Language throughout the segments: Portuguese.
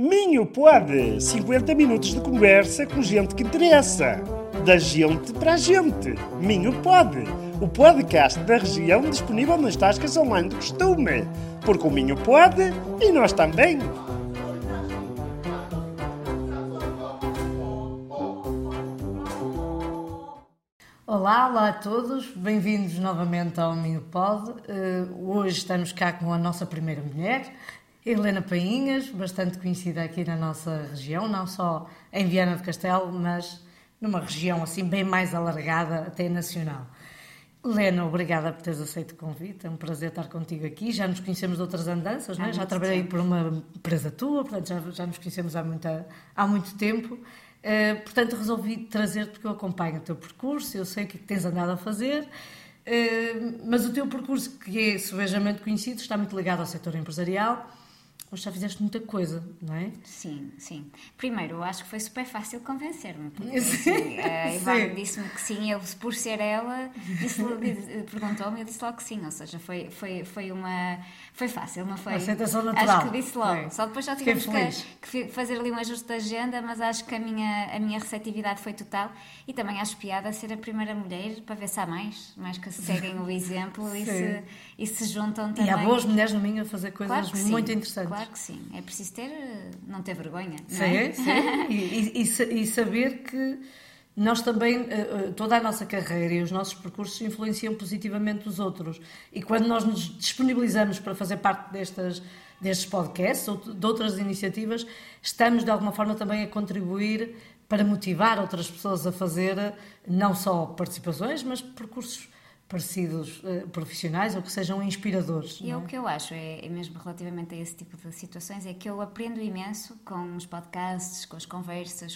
Minho Pode, 50 minutos de conversa com gente que interessa. Da gente para a gente. Minho Pode, o podcast da região disponível nas tascas online do costume. Porque o Minho pode e nós também. Olá a todos, bem-vindos novamente ao Minho Pode. Hoje estamos cá com a nossa primeira mulher, Helena Painhas, bastante conhecida aqui na nossa região, não só em Viana do Castelo, mas numa região assim bem mais alargada, até nacional. Helena, obrigada por teres aceito o convite, é um prazer estar contigo aqui. Já nos conhecemos de outras andanças, não é? Já trabalhei por uma empresa tua, portanto já nos conhecemos há muito tempo. Portanto, resolvi trazer-te porque eu acompanho o teu percurso, eu sei o que tens andado a fazer, mas o teu percurso, que é subejamente conhecido, está muito ligado ao setor empresarial. Mas já fizeste muita coisa, não é? Sim. Primeiro, eu acho que foi super fácil convencer-me. Porque, assim, a Ivone disse-me que sim, eu, por ser ela, perguntou-me e eu disse logo que sim. Ou seja, foi fácil, não foi? A aceitação natural. Acho que disse logo. Só depois já tivemos que fazer ali um ajuste de agenda, mas acho que a minha receptividade foi total. E também acho piada ser a primeira mulher, para ver se há mais que seguem o exemplo e se juntam também. E há boas mulheres no Minho a fazer coisas muito interessantes. Claro que sim. É preciso não ter vergonha, não sim, é? Sim. E saber que nós também, toda a nossa carreira e os nossos percursos influenciam positivamente os outros. E quando nós nos disponibilizamos para fazer parte destes podcasts ou de outras iniciativas, estamos de alguma forma também a contribuir para motivar outras pessoas a fazer não só participações, mas percursos parecidos, profissionais ou que sejam inspiradores. E o que eu acho, é mesmo relativamente a esse tipo de situações, é que eu aprendo imenso com os podcasts, com as conversas,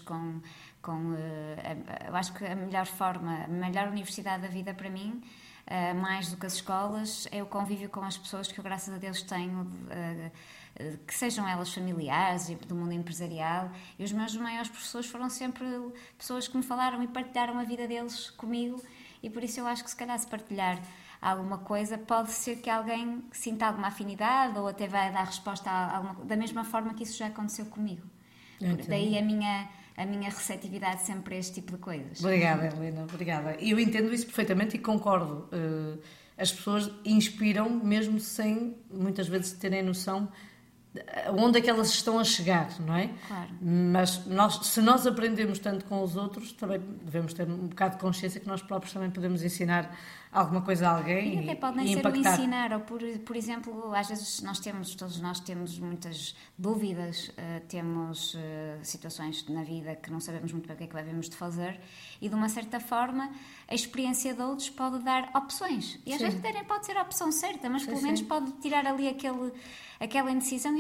eu acho que a melhor forma, a melhor universidade da vida para mim, mais do que as escolas, é o convívio com as pessoas que eu, graças a Deus, tenho, que sejam elas familiares, do mundo empresarial. E os meus maiores professores foram sempre pessoas que me falaram e partilharam a vida deles comigo. E por isso eu acho que se calhar se partilhar alguma coisa, pode ser que alguém sinta alguma afinidade ou até vai dar resposta da mesma forma que isso já aconteceu comigo. Daí a minha receptividade sempre a este tipo de coisas. Obrigada, Helena, obrigada. E eu entendo isso perfeitamente e concordo. As pessoas inspiram mesmo sem, muitas vezes, terem noção onde é que elas estão a chegar, não é? Claro. Mas se nós aprendemos tanto com os outros, também devemos ter um bocado de consciência que nós próprios também podemos ensinar alguma coisa a alguém e até pode nem e ser impactar. O ensinar, ou por exemplo, às vezes todos nós temos muitas dúvidas, temos situações na vida que não sabemos muito bem o que é que devemos de fazer e de uma certa forma a experiência de outros pode dar opções e às vezes nem pode ser a opção certa, mas pelo menos pode tirar ali aquela indecisão e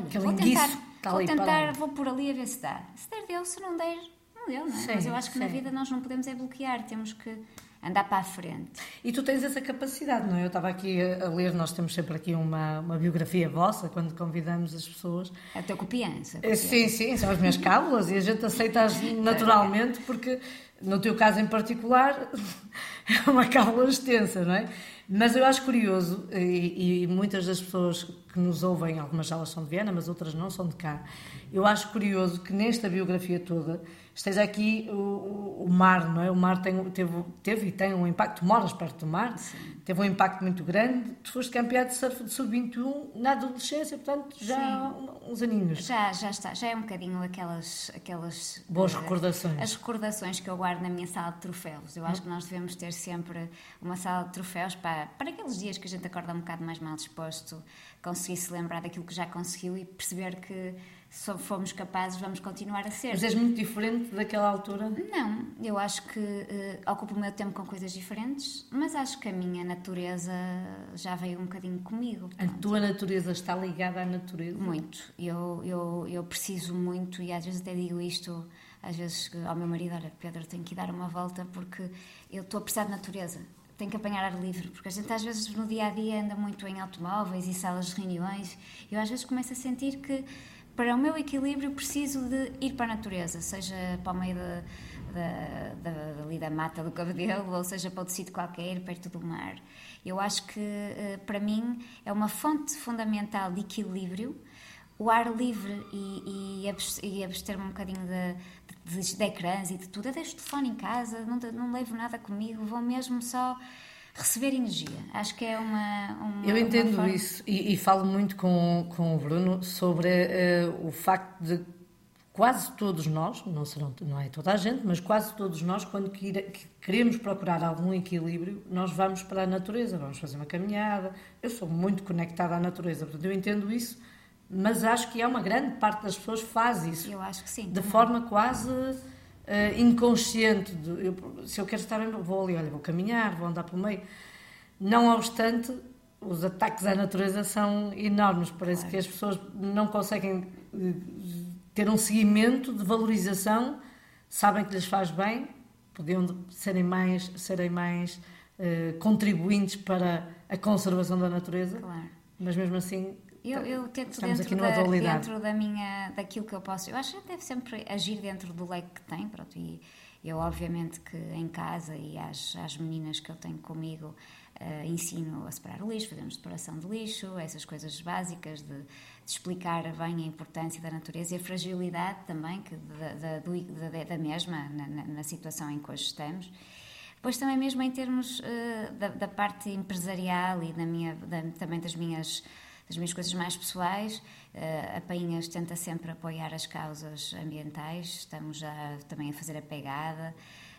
vou tentar, vou por ali a ver se dá. Se der, deu, se não der, não deu, não é? Mas eu acho que na vida nós não podemos bloquear, temos que andar para a frente. E tu tens essa capacidade, não é? Eu estava aqui a ler, nós temos sempre aqui uma biografia vossa quando convidamos as pessoas. A tua confiança. Sim, são as minhas cábulas e a gente aceita-as naturalmente porque, no teu caso em particular, é uma cábula extensa, não é? Mas eu acho curioso, e muitas das pessoas que nos ouvem, algumas delas são de Viana, mas outras não são de cá, eu acho curioso que nesta biografia toda esteja aqui o mar, não é? O mar teve e tem um impacto, tu moras perto do mar, teve um impacto muito grande, tu foste campeã de surf de sub-21 na adolescência, portanto já há uns aninhos. Já está, já é um bocadinho aquelas boas recordações. As recordações que eu guardo na minha sala de troféus. Eu acho que nós devemos ter sempre uma sala de troféus para aqueles dias que a gente acorda um bocado mais mal disposto, conseguir se lembrar daquilo que já conseguiu e perceber que se fomos capazes, vamos continuar a ser. Mas és muito diferente daquela altura? Não, eu acho que ocupo o meu tempo com coisas diferentes, mas acho que a minha natureza já veio um bocadinho comigo. A tua natureza está ligada à natureza? Muito. Eu preciso muito, e às vezes até digo isto, às vezes ao meu marido, olha, Pedro, tenho que ir dar uma volta porque eu estou a precisar de natureza. Tenho que apanhar ar livre, porque a gente às vezes no dia-a-dia anda muito em automóveis e salas de reuniões, e eu às vezes começo a sentir que para o meu equilíbrio preciso de ir para a natureza, seja para o meio da mata do Cabedelo, ou seja para outro sítio qualquer, perto do mar. Eu acho que para mim é uma fonte fundamental de equilíbrio o ar livre e e abster-me um bocadinho de ecrãs e de tudo. Eu deixo o telefone em casa, não levo nada comigo, vou mesmo só receber energia. Acho que é uma Eu entendo forma... isso e falo muito com o Bruno sobre o facto de quase todos nós, não é toda a gente, mas quase todos nós, quando queremos procurar algum equilíbrio, nós vamos para a natureza, vamos fazer uma caminhada. Eu sou muito conectada à natureza, portanto eu entendo isso, mas acho que uma grande parte das pessoas faz isso. Eu acho que sim. De forma quase inconsciente. Se eu quero estar bem, vou ali, olha, vou caminhar, vou andar pelo meio. Não obstante, os ataques à natureza são enormes. Parece que as pessoas não conseguem ter um seguimento de valorização, sabem que lhes faz bem, podiam serem mais contribuintes para a conservação da natureza, mas mesmo assim eu tento estamos dentro, dentro daquilo que eu posso. Eu acho que deve sempre agir dentro do leque que tem, pronto, e eu obviamente que em casa e às meninas que eu tenho comigo ensino a separar o lixo, fazemos separação de lixo, essas coisas básicas de explicar bem a importância da natureza e a fragilidade também da mesma na situação em que hoje estamos. Depois também mesmo em termos da parte empresarial e também das minhas coisas mais pessoais, a Painhas tenta sempre apoiar as causas ambientais, estamos já também a fazer a pegada.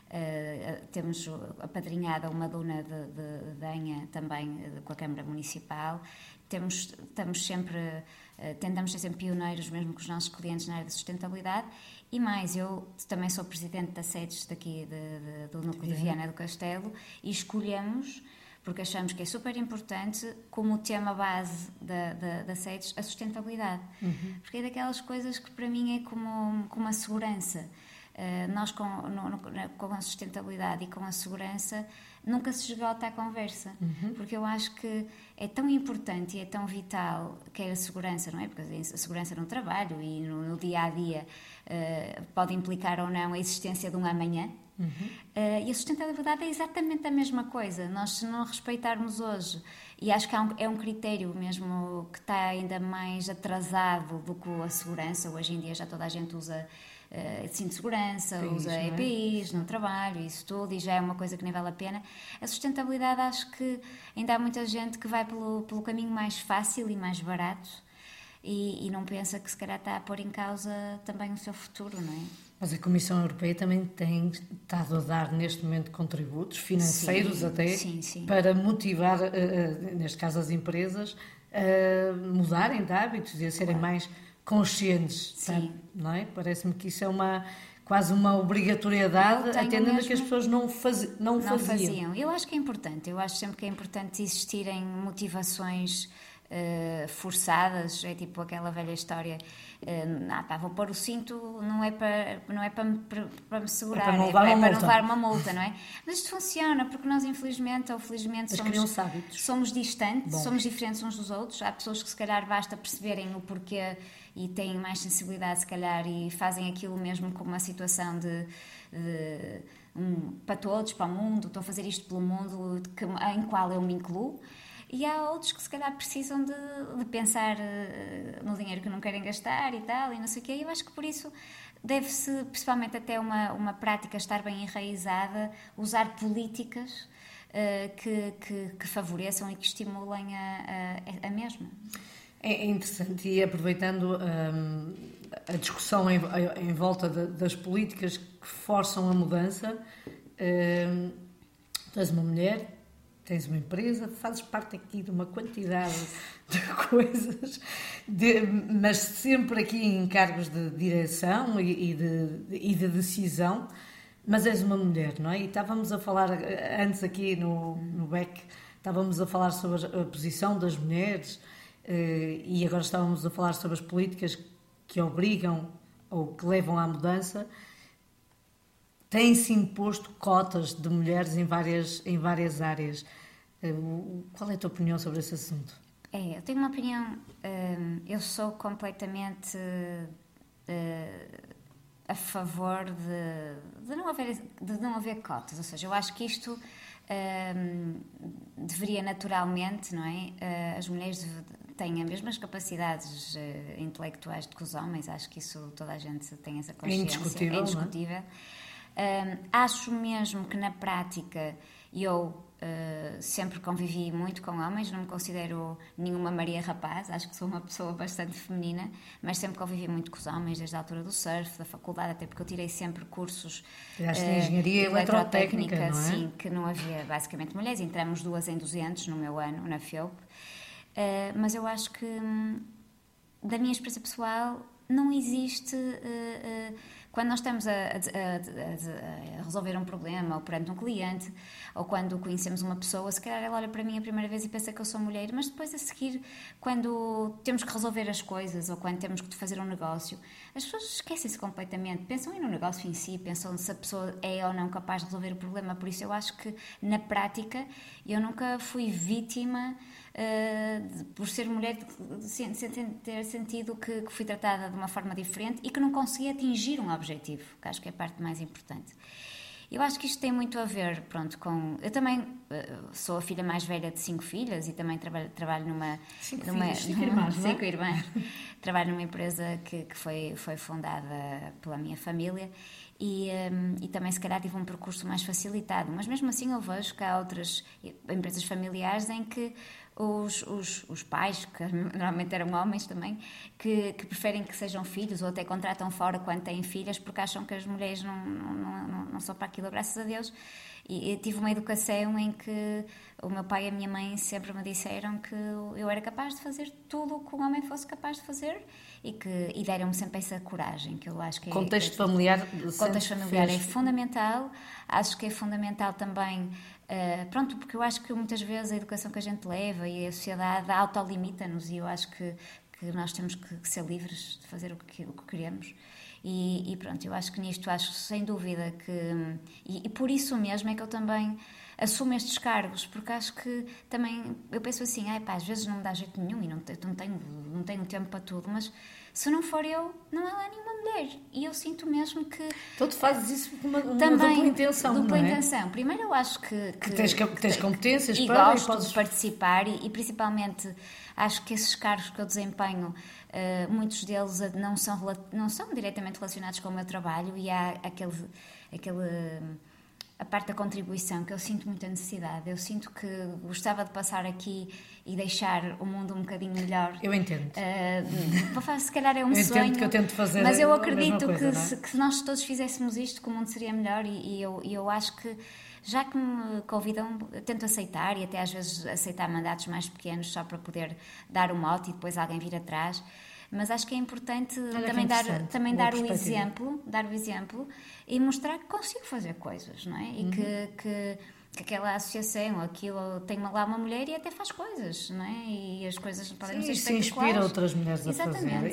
Temos apadrinhada uma duna de denha também com a Câmara Municipal. Tentamos ser sempre pioneiros mesmo com os nossos clientes na área da sustentabilidade. E mais, eu também sou presidente da SEDES daqui do núcleo de Viana do Castelo e escolhemos, porque achamos que é super importante, como tema base da SEDES, a sustentabilidade. Porque é daquelas coisas que para mim é como a segurança. Nós com a sustentabilidade e com a segurança nunca se esgota a conversa, porque eu acho que é tão importante e é tão vital, quer a segurança, não é? Porque a segurança no trabalho e no dia-a-dia pode implicar ou não a existência de um amanhã. E a sustentabilidade é exatamente a mesma coisa. Nós, se não respeitarmos hoje, e acho que é um critério mesmo que está ainda mais atrasado do que a segurança. Hoje em dia já toda a gente usa cinto de segurança, usa EPIs no trabalho, isso tudo, e já é uma coisa que nem vale a pena. A sustentabilidade, acho que ainda há muita gente que vai pelo caminho mais fácil e mais barato e não pensa que se calhar está a pôr em causa também o seu futuro, não é? Mas a Comissão Europeia também tem estado a dar neste momento contributos financeiros para motivar, neste caso as empresas, a mudarem de hábitos e a serem mais conscientes, não é? Parece-me que isso é quase uma obrigatoriedade, atendendo a que as pessoas não faziam. Eu acho que é importante, eu acho sempre que é importante existirem motivações forçadas, é tipo aquela velha história, vou pôr o cinto, não é para me segurar, é para não levar uma multa, não é? Mas isto funciona, porque nós infelizmente ou felizmente somos distantes, somos diferentes uns dos outros. Há pessoas que se calhar basta perceberem o porquê e têm mais sensibilidade se calhar e fazem aquilo mesmo como uma situação para todos, para o mundo, estou a fazer isto pelo mundo em qual eu me incluo. E há outros que se calhar precisam de pensar no dinheiro que não querem gastar e tal, e não sei o quê. Eu acho que por isso deve-se, principalmente até uma prática estar bem enraizada, usar políticas que favoreçam e que estimulem a mesma. É interessante, e aproveitando a discussão em volta das políticas que forçam a mudança, tu és uma mulher, tens uma empresa, fazes parte aqui de uma quantidade de coisas, mas sempre aqui em cargos de direção e de decisão, mas és uma mulher, não é? E estávamos a falar, antes aqui no BEC, estávamos a falar sobre a posição das mulheres e agora estávamos a falar sobre as políticas que obrigam ou que levam à mudança. Têm-se imposto cotas de mulheres em várias áreas. Qual é a tua opinião sobre esse assunto? Eu tenho uma opinião, eu sou completamente a favor de não haver cotas, ou seja, eu acho que isto deveria naturalmente, não é? As mulheres têm as mesmas capacidades intelectuais que os homens, acho que isso toda a gente tem essa consciência. Indiscutível, é indiscutível. Acho mesmo que na prática eu sempre convivi muito com homens, não me considero nenhuma Maria Rapaz, acho que sou uma pessoa bastante feminina, mas sempre convivi muito com os homens, desde a altura do surf, da faculdade, até porque eu tirei sempre cursos de engenharia eletrotécnica, não é? Sim, que não havia basicamente mulheres, entramos 2 em 200 no meu ano, na FEUP, mas eu acho que da minha experiência pessoal não existe... Quando nós estamos a resolver um problema, ou perante um cliente, ou quando conhecemos uma pessoa, se calhar ela olha para mim a primeira vez e pensa que eu sou mulher, mas depois a seguir, quando temos que resolver as coisas, ou quando temos que fazer um negócio, as pessoas esquecem-se completamente, pensam no negócio em si, pensam se a pessoa é ou não capaz de resolver o problema. Por isso eu acho que, na prática, eu nunca fui vítima... por ser mulher, ter sentido que fui tratada de uma forma diferente e que não consegui atingir um objetivo, que acho que é a parte mais importante. Eu acho que isto tem muito a ver, pronto, com... Eu também sou a filha mais velha de 5 filhas e também trabalho numa... 5 irmãs, não é? 5 irmãs. Trabalho numa empresa que foi fundada pela minha família e também, se calhar, tive um percurso mais facilitado. Mas, mesmo assim, eu vejo que há outras empresas familiares em que os pais, que normalmente eram homens também, que preferem que sejam filhos ou até contratam fora quando têm filhas porque acham que as mulheres não são para aquilo, graças a Deus. E eu tive uma educação em que o meu pai e a minha mãe sempre me disseram que eu era capaz de fazer tudo o que um homem fosse capaz de fazer e deram-me sempre essa coragem, que eu acho que contexto familiar é fundamental. Acho que é fundamental também, porque eu acho que muitas vezes a educação que a gente leva e a sociedade autolimita-nos e eu acho que nós temos que ser livres de fazer o que queremos. E pronto, eu acho que nisto, acho sem dúvida que... E por isso mesmo é que eu também assumo estes cargos, porque acho que também... Eu penso assim, às vezes não me dá jeito nenhum e não tenho tempo para tudo, mas se não for eu, não há lá nenhuma mulher. E eu sinto mesmo que... Então tu fazes isso com uma também, dupla intenção, dupla não é? intenção. Primeiro eu acho que tens competências e para... gosto de participar e principalmente acho que esses cargos que eu desempenho, muitos deles não são diretamente relacionados com o meu trabalho e há a parte da contribuição que eu sinto muita necessidade. Eu sinto que gostava de passar aqui e deixar o mundo um bocadinho melhor. Eu entendo. Se calhar é um sonho. Eu entendo que eu tento fazer mas eu acredito coisa, que se nós todos fizéssemos isto, que o mundo seria melhor e eu acho que já que me convidam, eu tento aceitar e até às vezes aceitar mandatos mais pequenos só para poder dar o mote e depois alguém vir atrás. Mas acho que é importante também dar o exemplo e mostrar que consigo fazer coisas, não é? E que aquela associação, aquilo, tem lá uma mulher e até faz coisas, não é? E as coisas podem não ser espetaculares. Se inspira outras mulheres a fazer.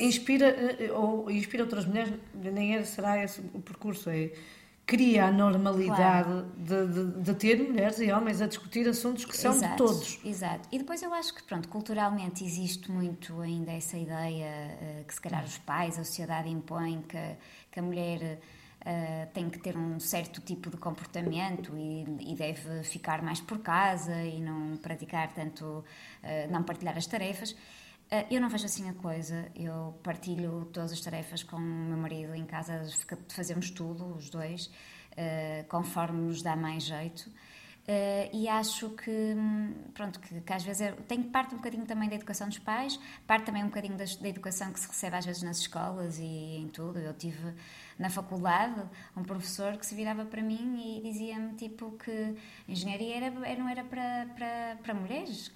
Inspira outras mulheres, nem será esse o percurso, cria a normalidade de ter mulheres e homens a discutir assuntos que são de todos. Exato. E depois eu acho que, culturalmente existe muito ainda essa ideia que se calhar os pais, a sociedade impõe que a mulher tem que ter um certo tipo de comportamento e deve ficar mais por casa e não praticar tanto, não partilhar as tarefas. Eu não vejo assim a coisa. Eu partilho todas as tarefas com o meu marido em casa, fazemos tudo, os dois, conforme nos dá mais jeito. E acho que às vezes tem parte um bocadinho também da educação dos pais, parte também um bocadinho da educação que se recebe às vezes nas escolas e em tudo. Eu tive na faculdade um professor que se virava para mim e dizia-me que engenharia não era para mulheres,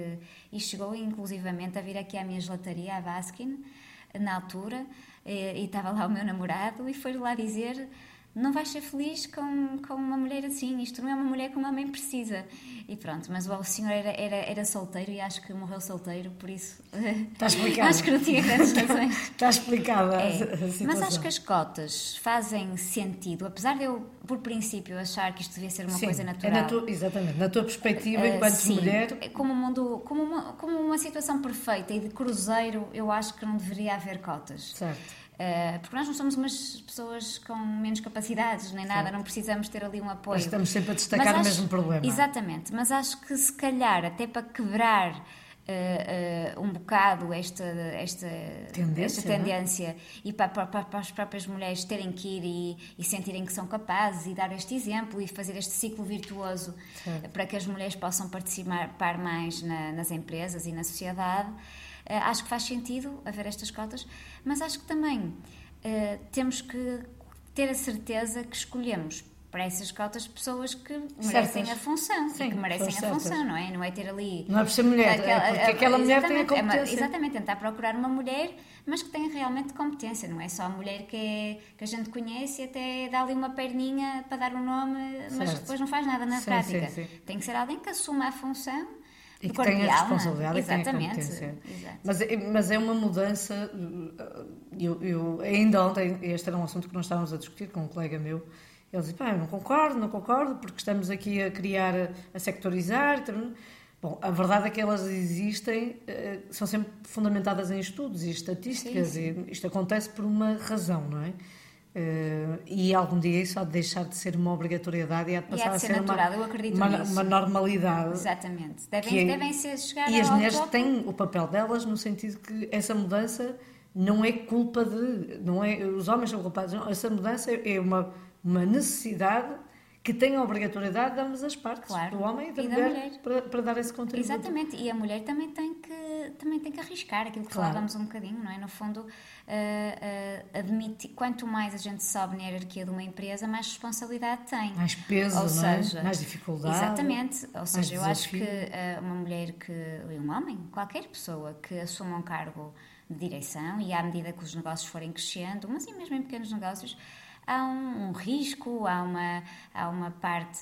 e chegou inclusivamente a vir aqui à minha gelataria, à Baskin, na altura, e estava lá o meu namorado e foi lá dizer: não vais ser feliz com uma mulher assim, isto não é uma mulher que uma mãe precisa. E pronto, mas o senhor era solteiro e acho que morreu solteiro, por isso está explicado. Acho que não tinha grandes razões. Está explicada a situação. Mas acho que as cotas fazem sentido, apesar de eu, por princípio, achar que isto devia ser uma coisa natural. Exatamente, na tua perspectiva, enquanto mulher... Como uma situação perfeita e de cruzeiro, eu acho que não deveria haver cotas. Certo. Porque nós não somos umas pessoas com menos capacidades nem nada, não precisamos ter ali um apoio. Mas estamos sempre a destacar o mesmo problema. Exatamente, mas acho que se calhar até para quebrar um bocado esta tendência e para as próprias mulheres terem que ir e sentirem que são capazes e dar este exemplo e fazer este ciclo virtuoso para que as mulheres possam participar mais nas empresas e na sociedade. Acho que faz sentido haver estas cotas, mas acho que também temos que ter a certeza que escolhemos para essas cotas pessoas que merecem a função. Sim, e que merecem a função, não é? Não é ter ali... Não é por ser mulher, é porque aquela mulher tem a competência. Exatamente, tentar procurar uma mulher, mas que tenha realmente competência. Não é só a mulher que a gente conhece e até dá ali uma perninha para dar um nome, mas depois não faz nada na prática. Sim. Tem que ser alguém que assuma a função e que tenha a responsabilidade e que tenha a competência. Exato. Mas é uma mudança... Eu ainda ontem, este era um assunto que nós estávamos a discutir com um colega meu. Ele disse, eu não concordo, porque estamos aqui a criar, a sectorizar. Bom, a verdade é que elas existem, são sempre fundamentadas em estudos e estatísticas, sim. E isto acontece por uma razão, não é? E algum dia isso há de deixar de ser uma obrigatoriedade e há de passar a ser natural, uma normalidade. Exatamente. Devem ser chegar e as mulheres topo. Têm o papel delas no sentido que essa mudança não é culpa de... Não é, os homens são culpados, não, essa mudança é uma necessidade que tem a obrigatoriedade de ambas as partes, do homem e da mulher. Para dar esse contributo. Exatamente, e a mulher também tem que arriscar aquilo que falávamos um bocadinho, não é? No fundo, admitir, quanto mais a gente sobe na hierarquia de uma empresa, mais responsabilidade tem. Mais peso, ou seja, mais dificuldade. Exatamente, ou seja, eu acho que uma mulher e um homem, qualquer pessoa que assuma um cargo de direção e à medida que os negócios forem crescendo, mas e mesmo em pequenos negócios, há um risco, há uma parte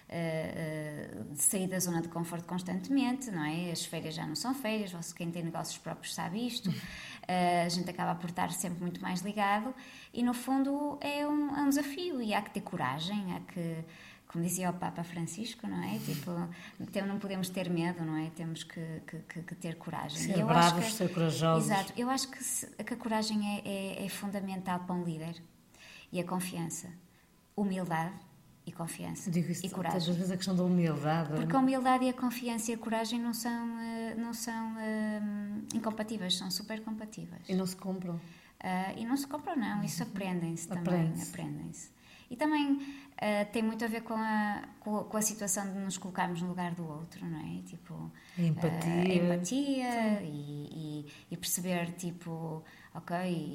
de sair da zona de conforto constantemente, não é? As férias já não são férias, quem tem negócios próprios sabe isto, a gente acaba por estar sempre muito mais ligado e, no fundo, é um desafio e há que ter coragem, como dizia o Papa Francisco, não é? Tipo, não podemos ter medo, não é? Temos que ter coragem. Ser bravos, ser corajosos. Exato. Eu acho que a coragem é fundamental para um líder. E a confiança, humildade e confiança. Digo isso e coragem. Às vezes a questão da humildade. Porque a humildade e a confiança e a coragem não são incompatíveis, são super compatíveis. E não se compram. Não. Isso aprendem-se também. Aprendem-se. E também tem muito a ver com a situação de nos colocarmos no lugar do outro, não é? Tipo, a empatia. E perceber, tipo, ok,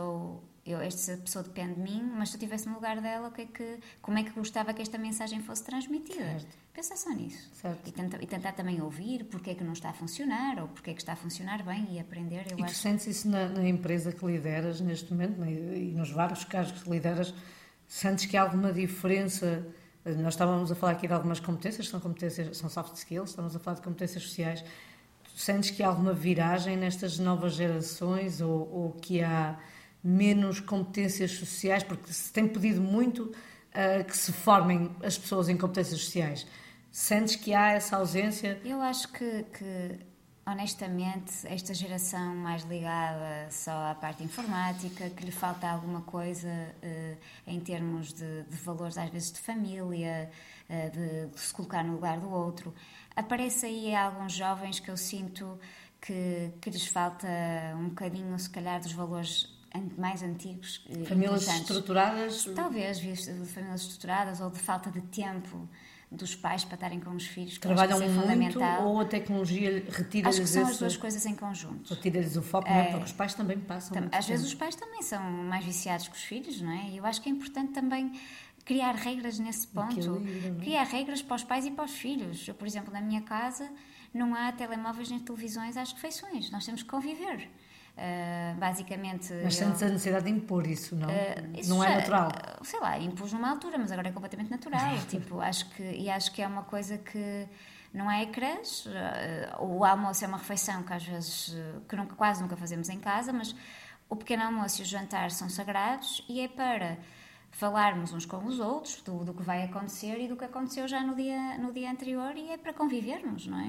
esta pessoa depende de mim, mas se eu estivesse no lugar dela, como é que gostava que esta mensagem fosse transmitida? Certo. Pensa só nisso. Certo. E tentar também ouvir porque é que não está a funcionar ou porque é que está a funcionar bem e aprender. Tu sentes isso na empresa que lideras neste momento e nos vários cargos que lideras? Sentes que há alguma diferença? Nós estávamos a falar aqui de algumas competências, são soft skills, estamos a falar de competências sociais. Tu sentes que há alguma viragem nestas novas gerações ou que há menos competências sociais? Porque se tem pedido muito que se formem as pessoas em competências sociais. Sentes que há essa ausência? Eu acho que honestamente, esta geração mais ligada só à parte informática, que lhe falta alguma coisa em termos de valores, às vezes de família, de se colocar no lugar do outro. Aparece aí alguns jovens que eu sinto que lhes falta um bocadinho, se calhar, dos valores mais antigos. Famílias estruturadas? Talvez, de famílias estruturadas ou de falta de tempo dos pais para estarem com os filhos, que trabalham é muito fundamental. Ou a tecnologia retira-lhes acho que são as duas coisas em conjunto. Retira-lhes o foco, não é? Porque os pais também passam às vezes os pais também são mais viciados que os filhos, não é? E eu acho que é importante também criar regras nesse ponto. Criar regras para os pais e para os filhos. Eu, por exemplo, na minha casa não há telemóveis nem televisões às refeições. Nós temos que conviver. Basicamente... Mas sentes a necessidade de impor isso, não? Não é natural? Sei lá, impus numa altura, mas agora é completamente natural. Tipo, acho que é uma coisa que não é ecrãs. O almoço é uma refeição que às vezes quase nunca fazemos em casa, mas o pequeno almoço e o jantar são sagrados e é para falarmos uns com os outros do que vai acontecer e do que aconteceu já no dia anterior, e é para convivermos, não é?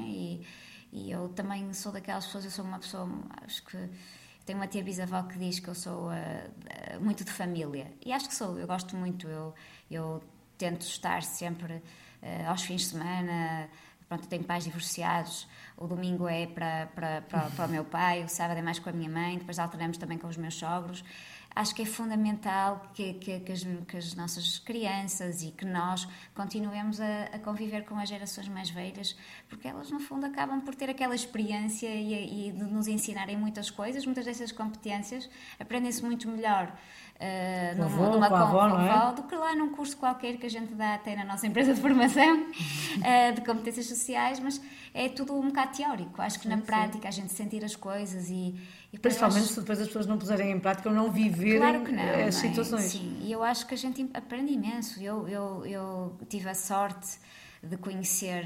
E eu também sou daquelas pessoas, eu sou uma pessoa, acho que tenho uma tia bisavó que diz que eu sou muito de família, e acho que sou, eu gosto muito, eu tento estar sempre aos fins de semana, pronto, tenho pais divorciados, o domingo é para o meu pai, o sábado é mais com a minha mãe, depois alternamos também com os meus sogros. Acho que é fundamental que as nossas crianças e que nós continuemos a conviver com as gerações mais velhas, porque elas, no fundo, acabam por ter aquela experiência e de nos ensinarem muitas coisas. Muitas dessas competências aprendem-se muito melhor numa avó do que lá num curso qualquer que a gente dá até na nossa empresa de formação de competências sociais, mas é tudo um bocado teórico. Acho que na prática a gente sentir as coisas e principalmente se depois as pessoas não puserem em prática ou não viverem claro que não, as situações. Sim, e eu acho que a gente aprende imenso. Eu tive a sorte de conhecer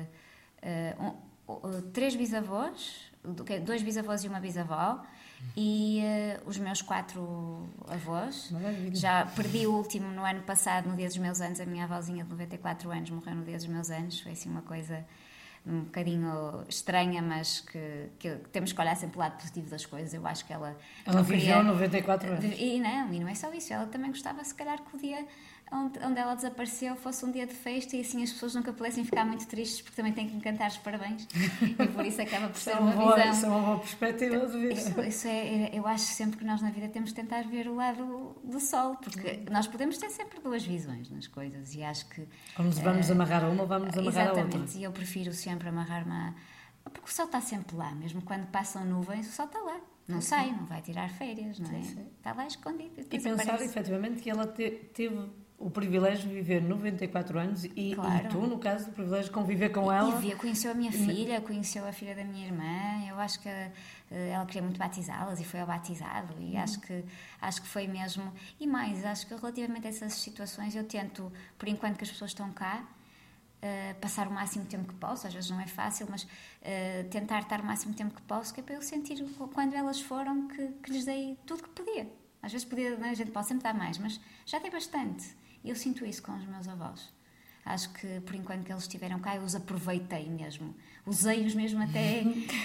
3 bisavós, 2 bisavós e uma bisavó, e os meus 4 avós. Maravilha. Já perdi o último no ano passado, no dia dos meus anos. A minha avózinha de 94 anos morreu no dia dos meus anos. Foi assim uma coisa um bocadinho estranha, mas que temos que olhar sempre o lado positivo das coisas. Eu acho que ela viveu 94 anos. E não é só isso. Ela também gostava, se calhar, que o dia onde ela desapareceu fosse um dia de festa e assim as pessoas nunca pudessem ficar muito tristes, porque também têm que me cantar os parabéns. E por isso acaba por ser uma visão. Isso é uma boa perspectiva de vida. Isso é, eu acho sempre que nós na vida temos de tentar ver o lado do sol, porque nós podemos ter sempre 2 visões nas coisas e acho que... Como vamos amarrar a uma, vamos amarrar a outra. Exatamente, e eu prefiro sempre amarrar-me porque o sol está sempre lá, mesmo quando passam nuvens, o sol está lá. Não sai, não vai tirar férias, não é? Sim. Está lá escondido. E pensar efetivamente que ela teve o privilégio de viver 94 anos claro. E tu, no caso, o privilégio de conviver com ela. E conheceu a minha filha, conheceu a filha da minha irmã. Eu acho que ela queria muito batizá-las e foi ao batizado. E acho que foi mesmo. E mais, acho que relativamente a essas situações eu tento, por enquanto que as pessoas estão cá, passar o máximo tempo que posso. Às vezes não é fácil, mas tentar estar o máximo tempo que posso, que é para eu sentir quando elas foram que lhes dei tudo que podia. Às vezes a gente pode sempre dar mais, mas já dei bastante. E eu sinto isso com os meus avós. Acho que, por enquanto que eles estiveram cá, eu os aproveitei mesmo. Usei-os mesmo até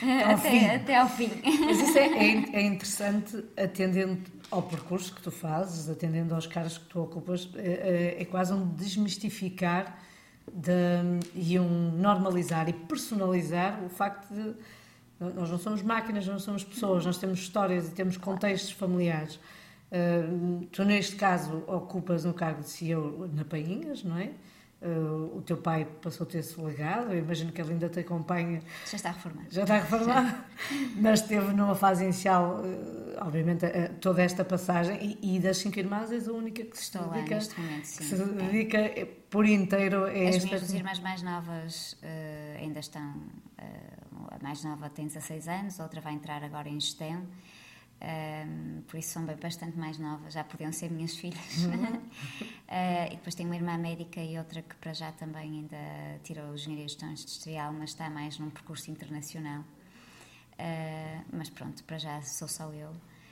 ao fim. Mas isso é interessante, atendendo ao percurso que tu fazes, atendendo aos cargos que tu ocupas, é quase um desmistificar e um normalizar e personalizar o facto de nós não somos máquinas, não somos pessoas, nós temos histórias e temos contextos familiares. Tu, neste caso, ocupas um cargo de CEO na Painhas, não é? O teu pai passou a ter esse legado, eu imagino que ele ainda te acompanha. Já está reformado. Mas esteve numa fase inicial, obviamente, toda esta passagem, e das 5 irmãs és a única que se dedica, neste momento, sim. Que se dedica por inteiro a As esta... minhas 2 irmãs mais novas ainda estão... a mais nova tem 16 anos, a outra vai entrar agora em gestão. Por isso são bastante mais novas, já podiam ser minhas filhas. E depois tenho uma irmã médica e outra que para já também ainda tirou Engenharia de Gestão Industrial, mas está mais num percurso internacional. Mas pronto, para já sou só eu.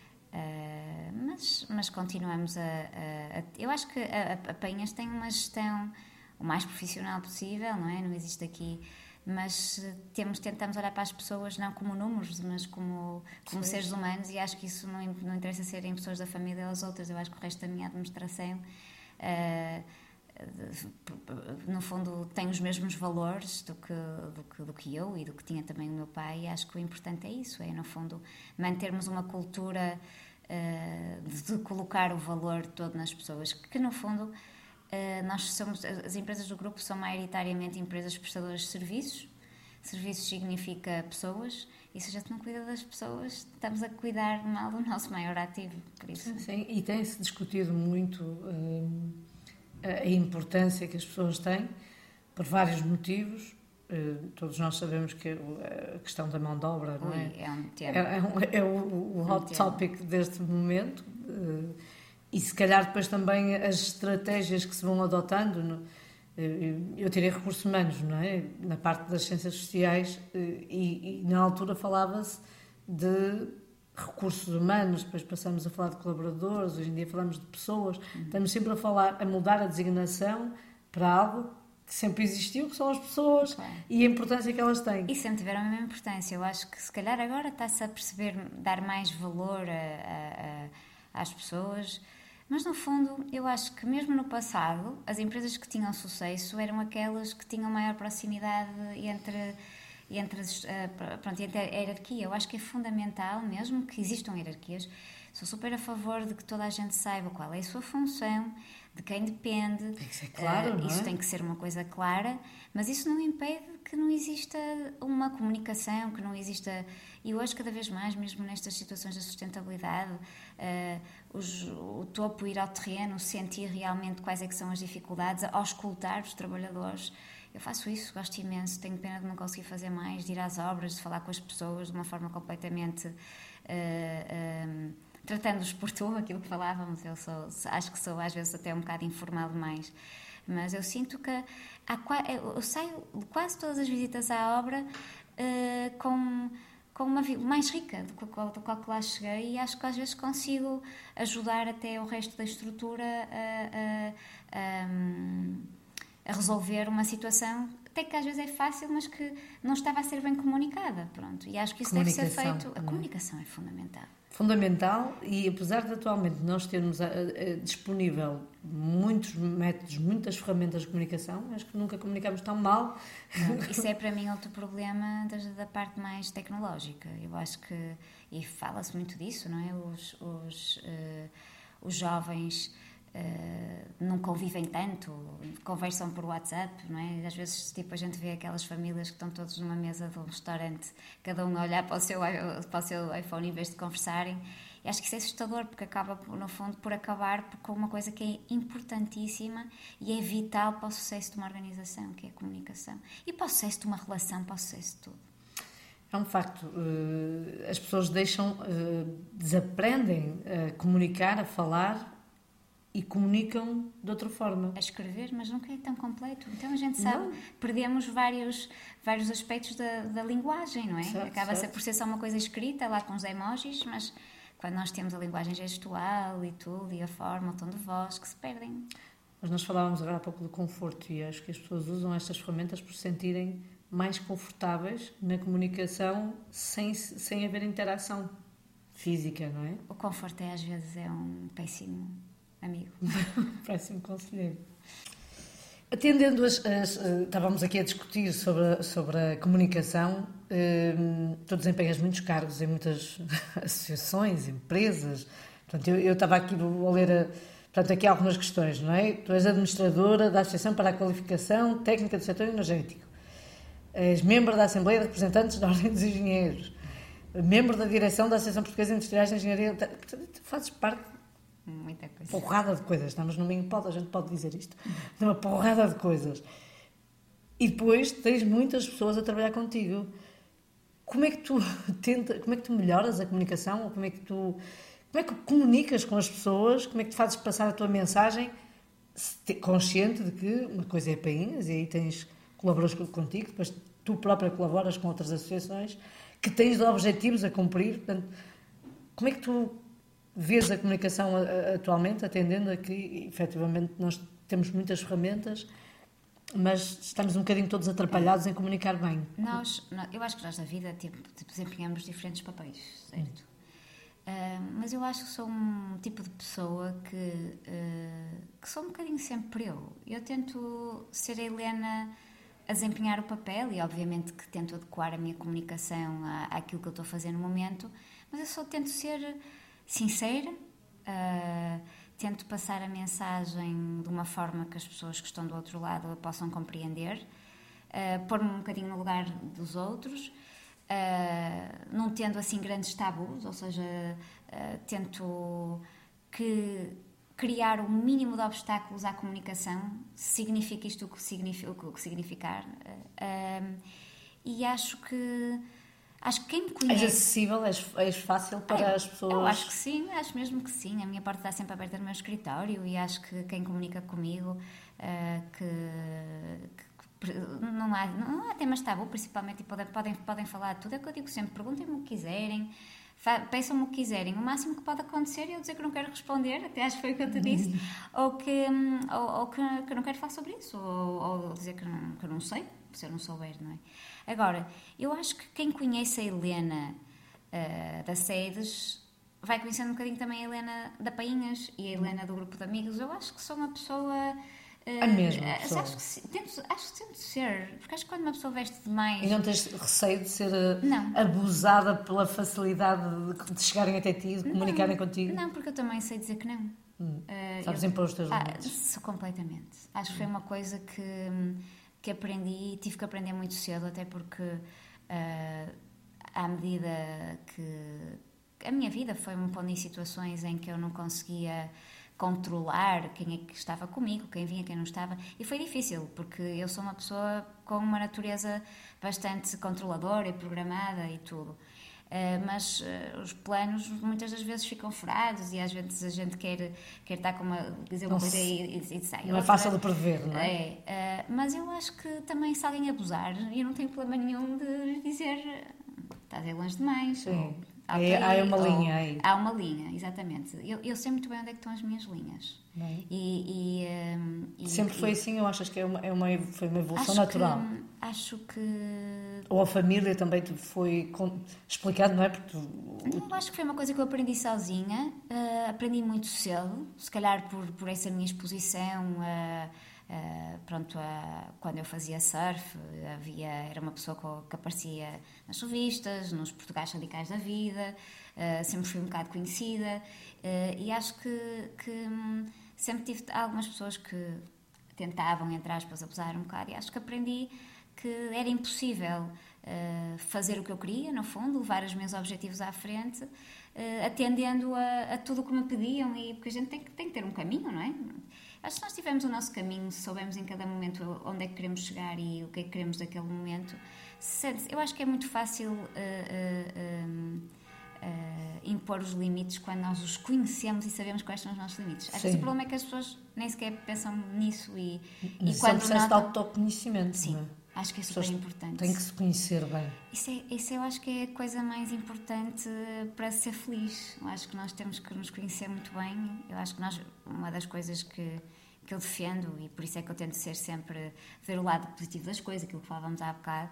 Mas continuamos eu acho que a Painhas tem uma gestão o mais profissional possível, não é? Não existe aqui... Mas tentamos olhar para as pessoas não como números, mas como seres humanos, e acho que isso não interessa serem pessoas da família ou as outras. Eu acho que o resto da minha administração no fundo tem os mesmos valores do que eu e do que tinha também o meu pai, e acho que o importante é isso, é no fundo mantermos uma cultura de colocar o valor todo nas pessoas, que no fundo as empresas do grupo são maioritariamente empresas prestadoras de serviços. Serviços significa pessoas, e se a gente não cuida das pessoas, estamos a cuidar mal do nosso maior ativo, por isso. Sim, e tem-se discutido muito a importância que as pessoas têm, por vários motivos. Todos nós sabemos que a questão da mão de obra, não é? É um tema. É o hot topic deste momento. E se calhar depois também as estratégias que se vão adotando. Eu tirei recursos humanos, não é? Na parte das ciências sociais, e na altura falava-se de recursos humanos, depois passamos a falar de colaboradores, hoje em dia falamos de pessoas. Estamos sempre a mudar a designação para algo que sempre existiu, que são as pessoas, claro. E a importância que elas têm. E sempre tiveram a mesma importância. Eu acho que se calhar agora está-se a perceber, dar mais valor às pessoas. Mas, no fundo, eu acho que mesmo no passado, as empresas que tinham sucesso eram aquelas que tinham maior proximidade entre a hierarquia. Eu acho que é fundamental mesmo que existam hierarquias. Sou super a favor de que toda a gente saiba qual é a sua função, de quem depende. Tem que ser claro, não é? Isso tem que ser uma coisa clara, mas isso não impede que não exista uma comunicação, que não exista... E hoje, cada vez mais, mesmo nestas situações de sustentabilidade, o topo ir ao terreno, sentir realmente quais é que são as dificuldades, auscultar os trabalhadores. Eu faço isso, gosto imenso, tenho pena de não conseguir fazer mais, de ir às obras, de falar com as pessoas de uma forma completamente... tratando-os por tu, aquilo que falávamos. Acho que sou às vezes até um bocado informal demais, mas eu sinto que eu saio de quase todas as visitas à obra com uma vida mais rica do qual que lá cheguei, e acho que às vezes consigo ajudar até o resto da estrutura a resolver uma situação até que às vezes é fácil, mas que não estava a ser bem comunicada, pronto. E acho que isso deve ser feito... A comunicação é fundamental. Fundamental, e apesar de atualmente nós termos disponível muitos métodos, muitas ferramentas de comunicação, acho que nunca comunicamos tão mal. Isso é para mim outro problema da parte mais tecnológica. Eu acho que, e fala-se muito disso, não é? Os jovens não convivem tanto, conversam por WhatsApp, não é? Às vezes, tipo, a gente vê aquelas famílias que estão todos numa mesa de um restaurante, cada um a olhar para o seu iPhone em vez de conversarem. E acho que isso é assustador, porque acaba, no fundo, por acabar com uma coisa que é importantíssima e é vital para o sucesso de uma organização, que é a comunicação. E para o sucesso de uma relação, para o sucesso de tudo. É um facto. As pessoas desaprendem a comunicar, a falar, e comunicam de outra forma. A escrever, mas nunca é tão completo. Então a gente sabe, perdemos vários aspectos da linguagem, não é? Acaba por ser só uma coisa escrita, lá com os emojis, mas quando nós temos a linguagem gestual e tudo, e a forma, o tom de voz, que se perdem. Mas nós falávamos agora há pouco de conforto, e acho que as pessoas usam estas ferramentas por se sentirem mais confortáveis na comunicação sem haver interação física, não é? O conforto às vezes é um péssimo amigo. Péssimo conselheiro. Atendendo estávamos aqui a discutir sobre a comunicação. Tu desempenhas muitos cargos em muitas associações, empresas. Portanto, eu estava aqui a ler portanto, aqui há algumas questões, não é? Tu és administradora da Associação para a Qualificação Técnica do Setor Energético. És membro da Assembleia de Representantes da Ordem dos Engenheiros. Membro da Direção da Associação Portuguesa de Industriais de Engenharia. Portanto, tu fazes parte muita coisa. Porrada de coisas. Estamos no Minho Pod, a gente pode dizer isto. Uma porrada de coisas. E depois tens muitas pessoas a trabalhar contigo. Como é que tu melhoras a comunicação? Como é que comunicas com as pessoas? Como é que tu fazes passar a tua mensagem consciente de que uma coisa é Painhas, e aí tens colaboradores contigo, depois tu própria colaboras com outras associações que tens objetivos a cumprir. Portanto, como é que tu vês a comunicação atualmente, atendendo a que, efetivamente, nós temos muitas ferramentas, mas estamos um bocadinho todos atrapalhados em comunicar bem? Eu acho que nós, na vida, desempenhamos diferentes papéis, certo? Mas eu acho que sou um tipo de pessoa que sou um bocadinho sempre eu. Eu tento ser a Helena a desempenhar o papel, e obviamente que tento adequar a minha comunicação àquilo que eu estou a fazer no momento, mas eu só tento ser sincera, tento passar a mensagem de uma forma que as pessoas que estão do outro lado a possam compreender, pôr-me um bocadinho no lugar dos outros, não tendo assim grandes tabus, ou seja, tento criar o mínimo de obstáculos à comunicação, significa isto o que significar, e acho que quem me conhece... És acessível, és fácil para as pessoas? Eu acho que sim, acho mesmo que sim. A minha porta está sempre aberta no meu escritório, e acho que quem comunica comigo, não há temas tabu, principalmente, e podem falar de tudo. É o que eu digo sempre: perguntem-me o que quiserem, peçam-me o que quiserem. O máximo que pode acontecer é eu dizer que não quero responder, até acho que foi o que eu te disse, ou que não quero falar sobre isso, ou dizer que eu não sei, se eu não souber, não é? Agora, eu acho que quem conhece a Helena da SEDES vai conhecendo um bocadinho também a Helena da Painhas e a Helena do grupo de amigos. Eu acho que sou uma pessoa... A mesma pessoa. Acho que tento ser, porque acho que quando uma pessoa veste demais... E não tens receio de ser Não. abusada pela facilidade de chegarem até ti, de comunicarem contigo? Não, porque eu também sei dizer que não. Sabes impor os teus limites? Sou completamente. Acho que foi uma coisa que aprendi e tive que aprender muito cedo, até porque à medida que a minha vida foi-me pondo em situações em que eu não conseguia controlar quem é que estava comigo, quem vinha, quem não estava, e foi difícil, porque eu sou uma pessoa com uma natureza bastante controladora e programada e tudo. Mas os planos muitas das vezes ficam furados e às vezes a gente quer estar com dizer uma coisa e sai. Não é fácil de prever, não é? Mas eu acho que também se alguém abusar, eu não tenho problema nenhum de dizer estás a ir longe demais. Sim. Há uma linha aí. Há uma linha, exatamente. Eu sei muito bem onde é que estão as minhas linhas. Sempre foi assim, ou achas que foi uma evolução natural? Acho que... Ou a família também te foi explicado, não é? Porque eu acho que foi uma coisa que eu aprendi sozinha, aprendi muito cedo, se calhar por essa minha exposição, quando eu fazia surf, era uma pessoa que aparecia nas revistas, nos Portugais Radicais da Vida, sempre fui um bocado conhecida, e acho que sempre tive algumas pessoas que tentavam, entre aspas, abusar um bocado, e acho que aprendi que era impossível fazer o que eu queria, no fundo, levar os meus objetivos à frente, atendendo a tudo o que me pediam, porque a gente tem que ter um caminho, não é? Acho que se nós tivermos o nosso caminho, se soubermos em cada momento onde é que queremos chegar e o que é que queremos daquele momento, eu acho que é muito fácil impor os limites quando nós os conhecemos e sabemos quais são os nossos limites. Acho que o problema é que as pessoas nem sequer pensam nisso e quando é um processo de autoconhecimento. Sim, não é? Acho que é super importante. Tem que se conhecer bem. Isso eu acho que é a coisa mais importante para ser feliz. Eu acho que nós temos que nos conhecer muito bem. Eu acho que uma das coisas que eu defendo, e por isso é que eu tento ser sempre, ver o lado positivo das coisas, aquilo que falávamos há bocado,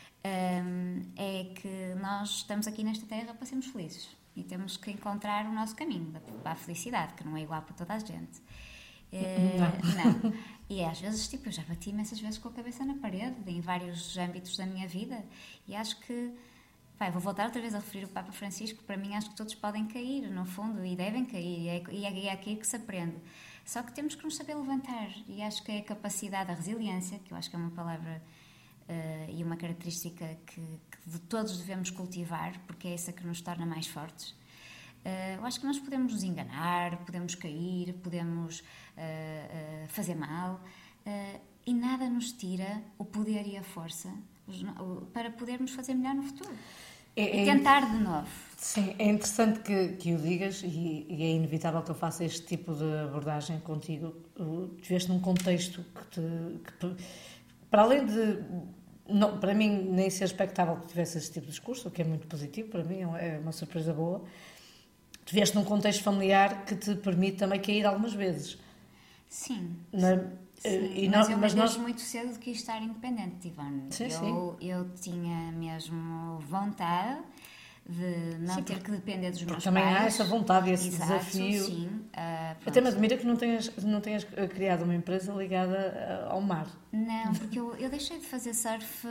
é que nós estamos aqui nesta terra para sermos felizes. E temos que encontrar o nosso caminho para a felicidade, que não é igual para toda a gente. Não. E às vezes, eu já bati imensas vezes com a cabeça na parede, em vários âmbitos da minha vida, e acho que, vou voltar outra vez a referir o Papa Francisco, para mim acho que todos podem cair, no fundo, e devem cair, e é aqui que se aprende. Só que temos que nos saber levantar, e acho que é a capacidade, a resiliência, que eu acho que é uma palavra e uma característica que de todos devemos cultivar, porque é essa que nos torna mais fortes. Eu acho que nós podemos nos enganar, podemos cair, podemos fazer mal, e nada nos tira o poder e a força para podermos fazer melhor no futuro. E tentar de novo. Sim, é interessante que o digas, e é inevitável que eu faça este tipo de abordagem contigo. Tu estiveste num contexto que para além de... Não, para mim, nem ser expectável que tivesse esse tipo de discurso, o que é muito positivo, para mim é uma surpresa boa. Tu vieste num contexto familiar que te permite também cair algumas vezes. Sim. Sim, mas nós muito cedo quis estar independente, Ivone. Eu tinha mesmo vontade de não ter que depender dos meus pais. Também há essa vontade, esse desafio. Sim. Até me admira que não tenhas criado uma empresa ligada ao mar. Não, porque eu deixei de fazer surf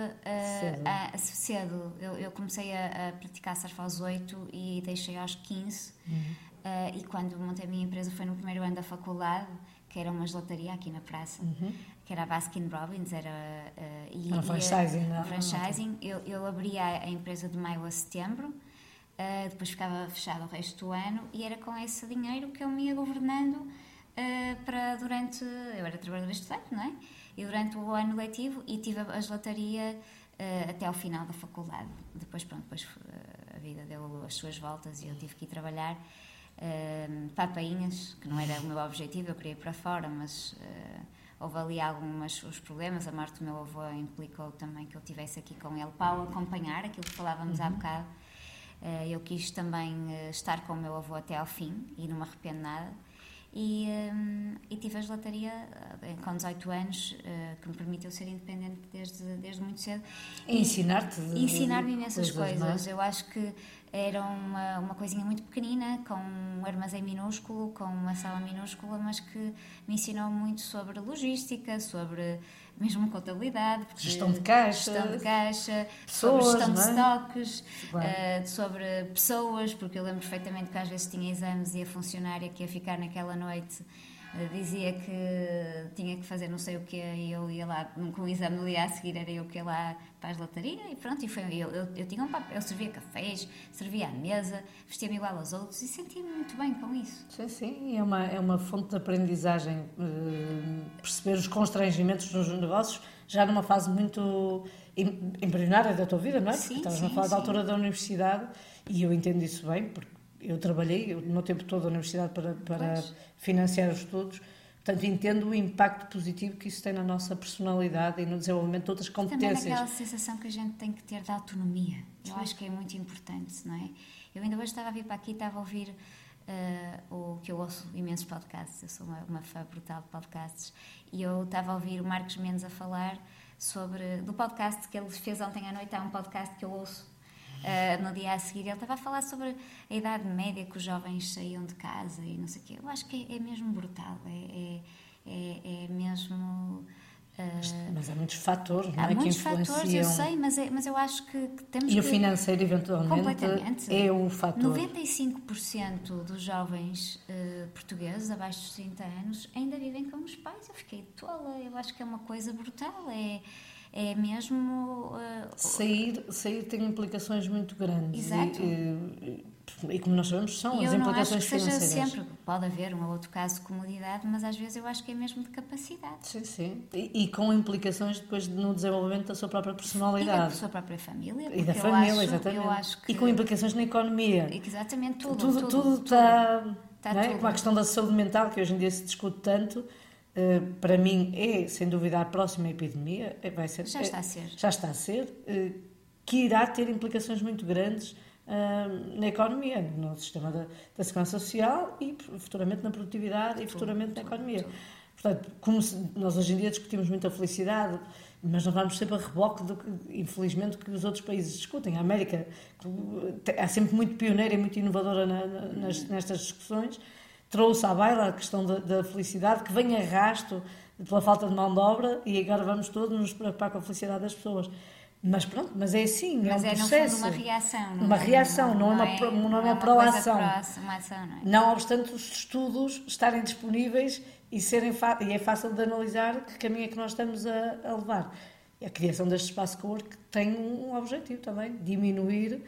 cedo. Eu comecei a praticar surf aos 8 e deixei aos 15. E quando montei a minha empresa foi no primeiro ano da faculdade, que era uma gelataria aqui na praça, que era a Baskin Robbins, franchising. Eu abri a empresa de maio a setembro, depois ficava fechado o resto do ano, e era com esse dinheiro que eu me ia governando eu era trabalhadora estudante, não é? E durante o ano letivo, e tive a gelataria até ao final da faculdade. Depois a vida deu as suas voltas e eu tive que ir trabalhar para a Painhas, que não era o meu objetivo, eu queria ir para fora, mas houve ali os problemas. A morte do meu avô implicou também que eu estivesse aqui com ele para o acompanhar, aquilo que falávamos há bocado. Eu quis também estar com o meu avô até ao fim e não me arrependo nada. E tive a gelataria com 18 anos, que me permitiu ser independente desde muito cedo. E ensinar-te? Ensinar-me imensas coisas. Não é? Eu acho que era uma coisinha muito pequenina, com um armazém minúsculo, com uma sala minúscula, mas que me ensinou muito sobre logística, sobre mesmo contabilidade, gestão de caixa, sobre gestão de não é? estoques, Claro. sobre pessoas, porque eu lembro perfeitamente que às vezes tinha exames e a funcionária que ia ficar naquela noite dizia que tinha que fazer não sei o quê e eu ia lá, com o exame no dia a seguir era eu que ia lá para a gelataria e pronto, eu tinha um papel, eu servia cafés, servia à mesa, vestia-me igual aos outros e sentia-me muito bem com isso. Sim, sim, é uma fonte de aprendizagem, perceber os constrangimentos nos negócios, já numa fase muito embrionária da tua vida, não é? Porque estavas a falar da altura da universidade e eu entendo isso bem, porque eu trabalhei o meu tempo todo na universidade para financiar os estudos, portanto entendo o impacto positivo que isso tem na nossa personalidade e no desenvolvimento de outras competências. Também aquela sensação que a gente tem que ter de autonomia, eu acho que é muito importante, não é? Eu ainda hoje estava a vir para aqui e estava a ouvir o que eu ouço imensos podcasts, eu sou uma fã brutal de podcasts, e eu estava a ouvir o Marcos Mendes a falar do podcast que ele fez ontem à noite. Há um podcast que eu ouço no dia a seguir, ele estava a falar sobre a idade média que os jovens saíam de casa e não sei o quê. Eu acho que é mesmo brutal, é mesmo... Mas há muitos fatores, não é? Há muitos que influenciam. fatores, eu sei, mas eu acho que temos que... E o financeiro, eventualmente, completamente. é o fator. 95% dos jovens portugueses abaixo dos 30 anos ainda vivem com os pais. Eu fiquei tola, eu acho que é uma coisa brutal, é mesmo... Sair tem implicações muito grandes. Exato. E como nós sabemos, são as implicações implicações financeiras. financeiras. Sempre, pode haver um ou outro caso de comodidade, mas às vezes eu acho que é mesmo de capacidade. Sim, sim. E com implicações depois no desenvolvimento da sua própria personalidade. E da sua própria família. E da família, exatamente. exatamente. Eu acho que... E com implicações na economia. Exatamente, Tudo está não é? tudo. Com a questão da saúde mental, que hoje em dia se discute tanto, para mim é, sem dúvida, a próxima epidemia. Vai ser, já está a ser. Já está a ser. Que irá ter implicações muito grandes na economia, no sistema da segurança social e futuramente na produtividade e futuramente na economia. Portanto, como nós hoje em dia discutimos muito a felicidade, mas nós vamos sempre a reboque do que, infelizmente, que os outros países discutem. A América é sempre muito pioneira e muito inovadora nestas discussões, trouxe à baila a questão da felicidade, que vem a rasto pela falta de mão de obra, e agora vamos todos nos preocupar com a felicidade das pessoas. Mas pronto, mas é assim, mas é um processo. No fundo, uma reação. Uma reação, não é uma proação. Não obstante os estudos estarem disponíveis e é fácil de analisar que caminho é que nós estamos a levar. A criação deste espaço co-work tem um objetivo também, diminuir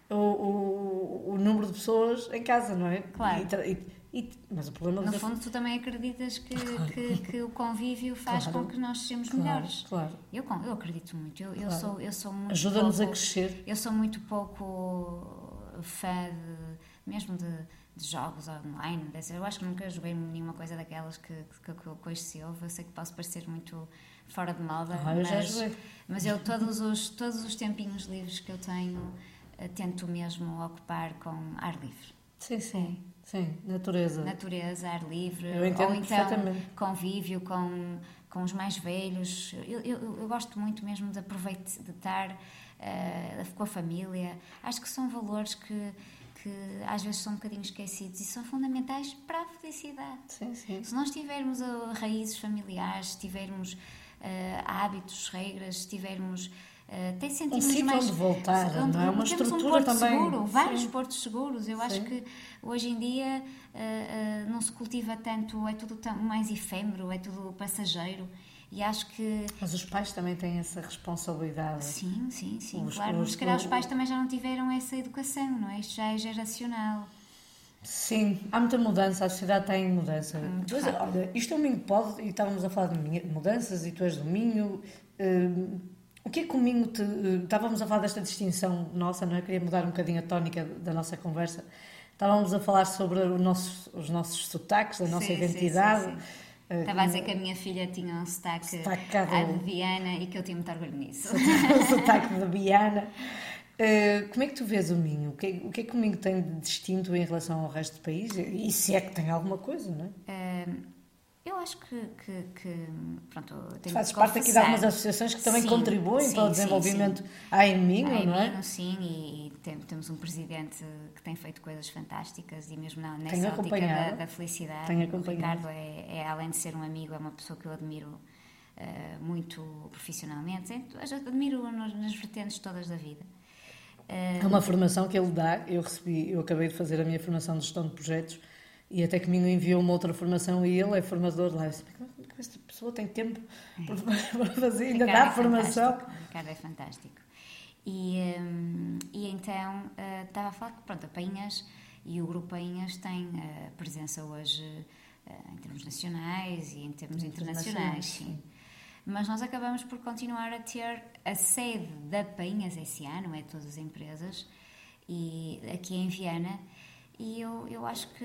o número de pessoas em casa, não é? Claro. Mas o problema... No fundo, tu também acreditas que o convívio faz com que nós sejamos melhores. Claro. Eu acredito muito. Eu sou muito ajuda-nos a crescer. Eu sou muito pouco fã mesmo de jogos online. Eu acho que nunca joguei nenhuma coisa daquelas que hoje se ouve. Eu sei que posso parecer muito fora de moda, mas eu todos os tempinhos livres que eu tenho tento mesmo ocupar com ar livre. Sim, natureza. Natureza, ar livre. Eu entendo ou então perfeitamente. Convívio com os mais velhos. Eu gosto muito mesmo de estar com a família. Acho que são valores que às vezes são um bocadinho esquecidos e são fundamentais para a felicidade. Sim. Se nós tivermos raízes familiares, se tivermos hábitos, regras, se tivermos... até sentimos sítio mais... onde voltar, não é? Uma estrutura porto também. Seguro, vários portos seguros. Eu acho que hoje em dia não se cultiva tanto, é tudo tão mais efêmero, é tudo passageiro. E acho que... Mas os pais também têm essa responsabilidade. Sim, claro. Mas se calhar os pais também já não tiveram essa educação, não é? Isto já é geracional. Sim, há muita mudança, a sociedade está em mudança. Olha, isto é um Minho Pode, e estávamos a falar de mudanças, e tu és do Minho. O que é que o Minho estávamos a falar desta distinção nossa, não é? Eu queria mudar um bocadinho a tónica da nossa conversa. Estávamos a falar sobre os nossos sotaques, a nossa identidade. Sim. Estava a dizer que a minha filha tinha um sotaque de Viana e que eu tinha muito orgulho nisso. O sotaque de Viana. Como é que tu vês o Minho? O que é que o Minho tem de distinto em relação ao resto do país? E se é que tem alguma coisa, não é? Eu acho que pronto, eu tenho Fazes que parte aqui de confessar. algumas associações que também Sim, contribuem sim, para o sim, desenvolvimento sim. em Minho, não é? Minho, sim, e temos um presidente que tem feito coisas fantásticas e mesmo Tenho nessa ótica acompanhado. da felicidade. Tenho O acompanhado. Ricardo além de ser um amigo, é uma pessoa que eu admiro muito profissionalmente. Eu admiro nas vertentes todas da vida. É uma formação que ele dá. Eu acabei de fazer a minha formação de gestão de projetos e até que me enviou uma outra formação e ele é formador lá. Eu disse, como é que esta pessoa tem tempo para fazer? Ainda dá formação. O Ricardo é fantástico. E então estava a falar que pronto, a Painhas e o Grupo Painhas têm presença hoje em termos nacionais e em termos internacionais, sim. Mas nós acabamos por continuar a ter a sede da Painhas S.A., não é todas as empresas, e aqui em Viana, e eu acho que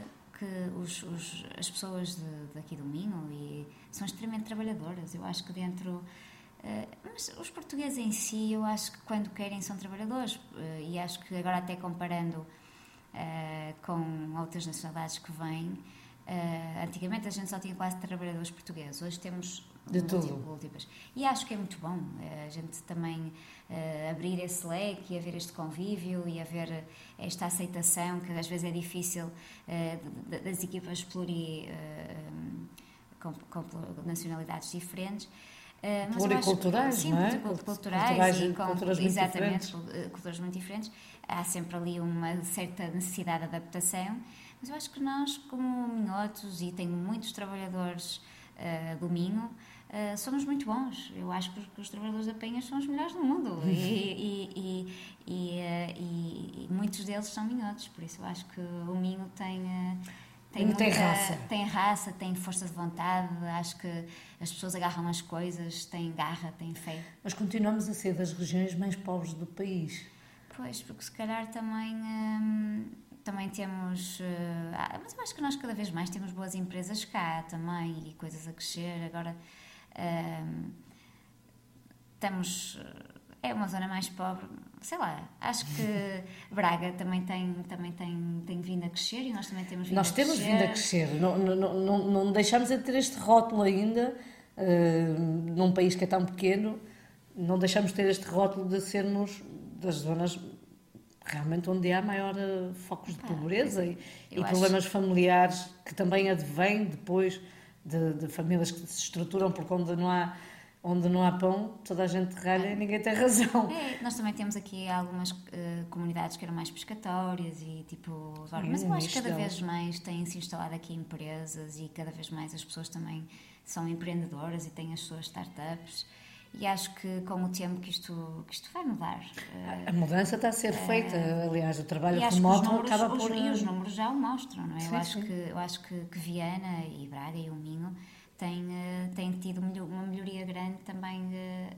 as pessoas daqui do Minho são extremamente trabalhadoras. Eu acho que dentro... mas os portugueses em si, eu acho que quando querem são trabalhadores, e acho que agora até comparando com outras nacionalidades que vêm, antigamente a gente só tinha quase trabalhadores portugueses, hoje temos de tudo. Múltiplas. E acho que é muito bom a gente também abrir esse leque e haver este convívio e haver esta aceitação que às vezes é difícil das equipas com nacionalidades diferentes. Pluriculturais, não é? Culturais e com culturas muito diferentes. Culturas muito diferentes. Há sempre ali uma certa necessidade de adaptação, mas eu acho que nós, como minhotos, e tenho muitos trabalhadores do Minho, somos muito bons. Eu acho que os trabalhadores da Penha são os melhores do mundo e muitos deles são minhotos, por isso eu acho que o Minho tem raça. Tem raça, tem força de vontade, acho que as pessoas agarram as coisas, têm garra, têm fé. Mas continuamos a ser das regiões mais pobres do país. Pois, porque se calhar também temos... mas eu acho que nós cada vez mais temos boas empresas cá também e coisas a crescer. Agora estamos... É uma zona mais pobre, sei lá, acho que Braga também tem vindo a crescer e nós também temos vindo a crescer. Nós temos vindo a crescer, não deixamos de ter este rótulo ainda, num país que é tão pequeno, não deixamos de ter este rótulo de sermos das zonas realmente onde há maior focos de pobreza e problemas familiares que também advêm depois de famílias que se estruturam porque onde não há pão, toda a gente ralha e ninguém tem razão. Nós também temos aqui algumas comunidades que eram mais pescatórias e tipo... Mas eu acho que cada vez mais têm-se instalado aqui empresas e cada vez mais as pessoas também são empreendedoras e têm as suas startups. E acho que com o tempo que isto vai mudar. A mudança está a ser feita, aliás, o trabalho remoto acaba por... E os números já o mostram, não é? Sim, eu acho que Viana e Braga e o Minho têm tido uma melhoria grande também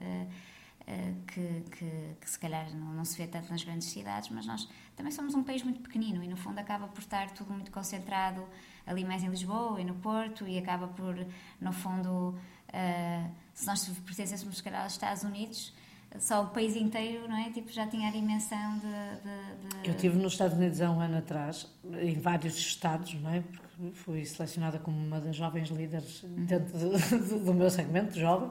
que se calhar não se vê tanto nas grandes cidades, mas nós também somos um país muito pequenino e no fundo acaba por estar tudo muito concentrado ali mais em Lisboa e no Porto e acaba por, no fundo, se nós pertencêssemos se calhar aos Estados Unidos, só o país inteiro, não é? Tipo, já tinha a dimensão de... Eu estive nos Estados Unidos há um ano atrás, em vários estados, não é? Porque fui selecionada como uma das jovens líderes dentro do meu segmento jovem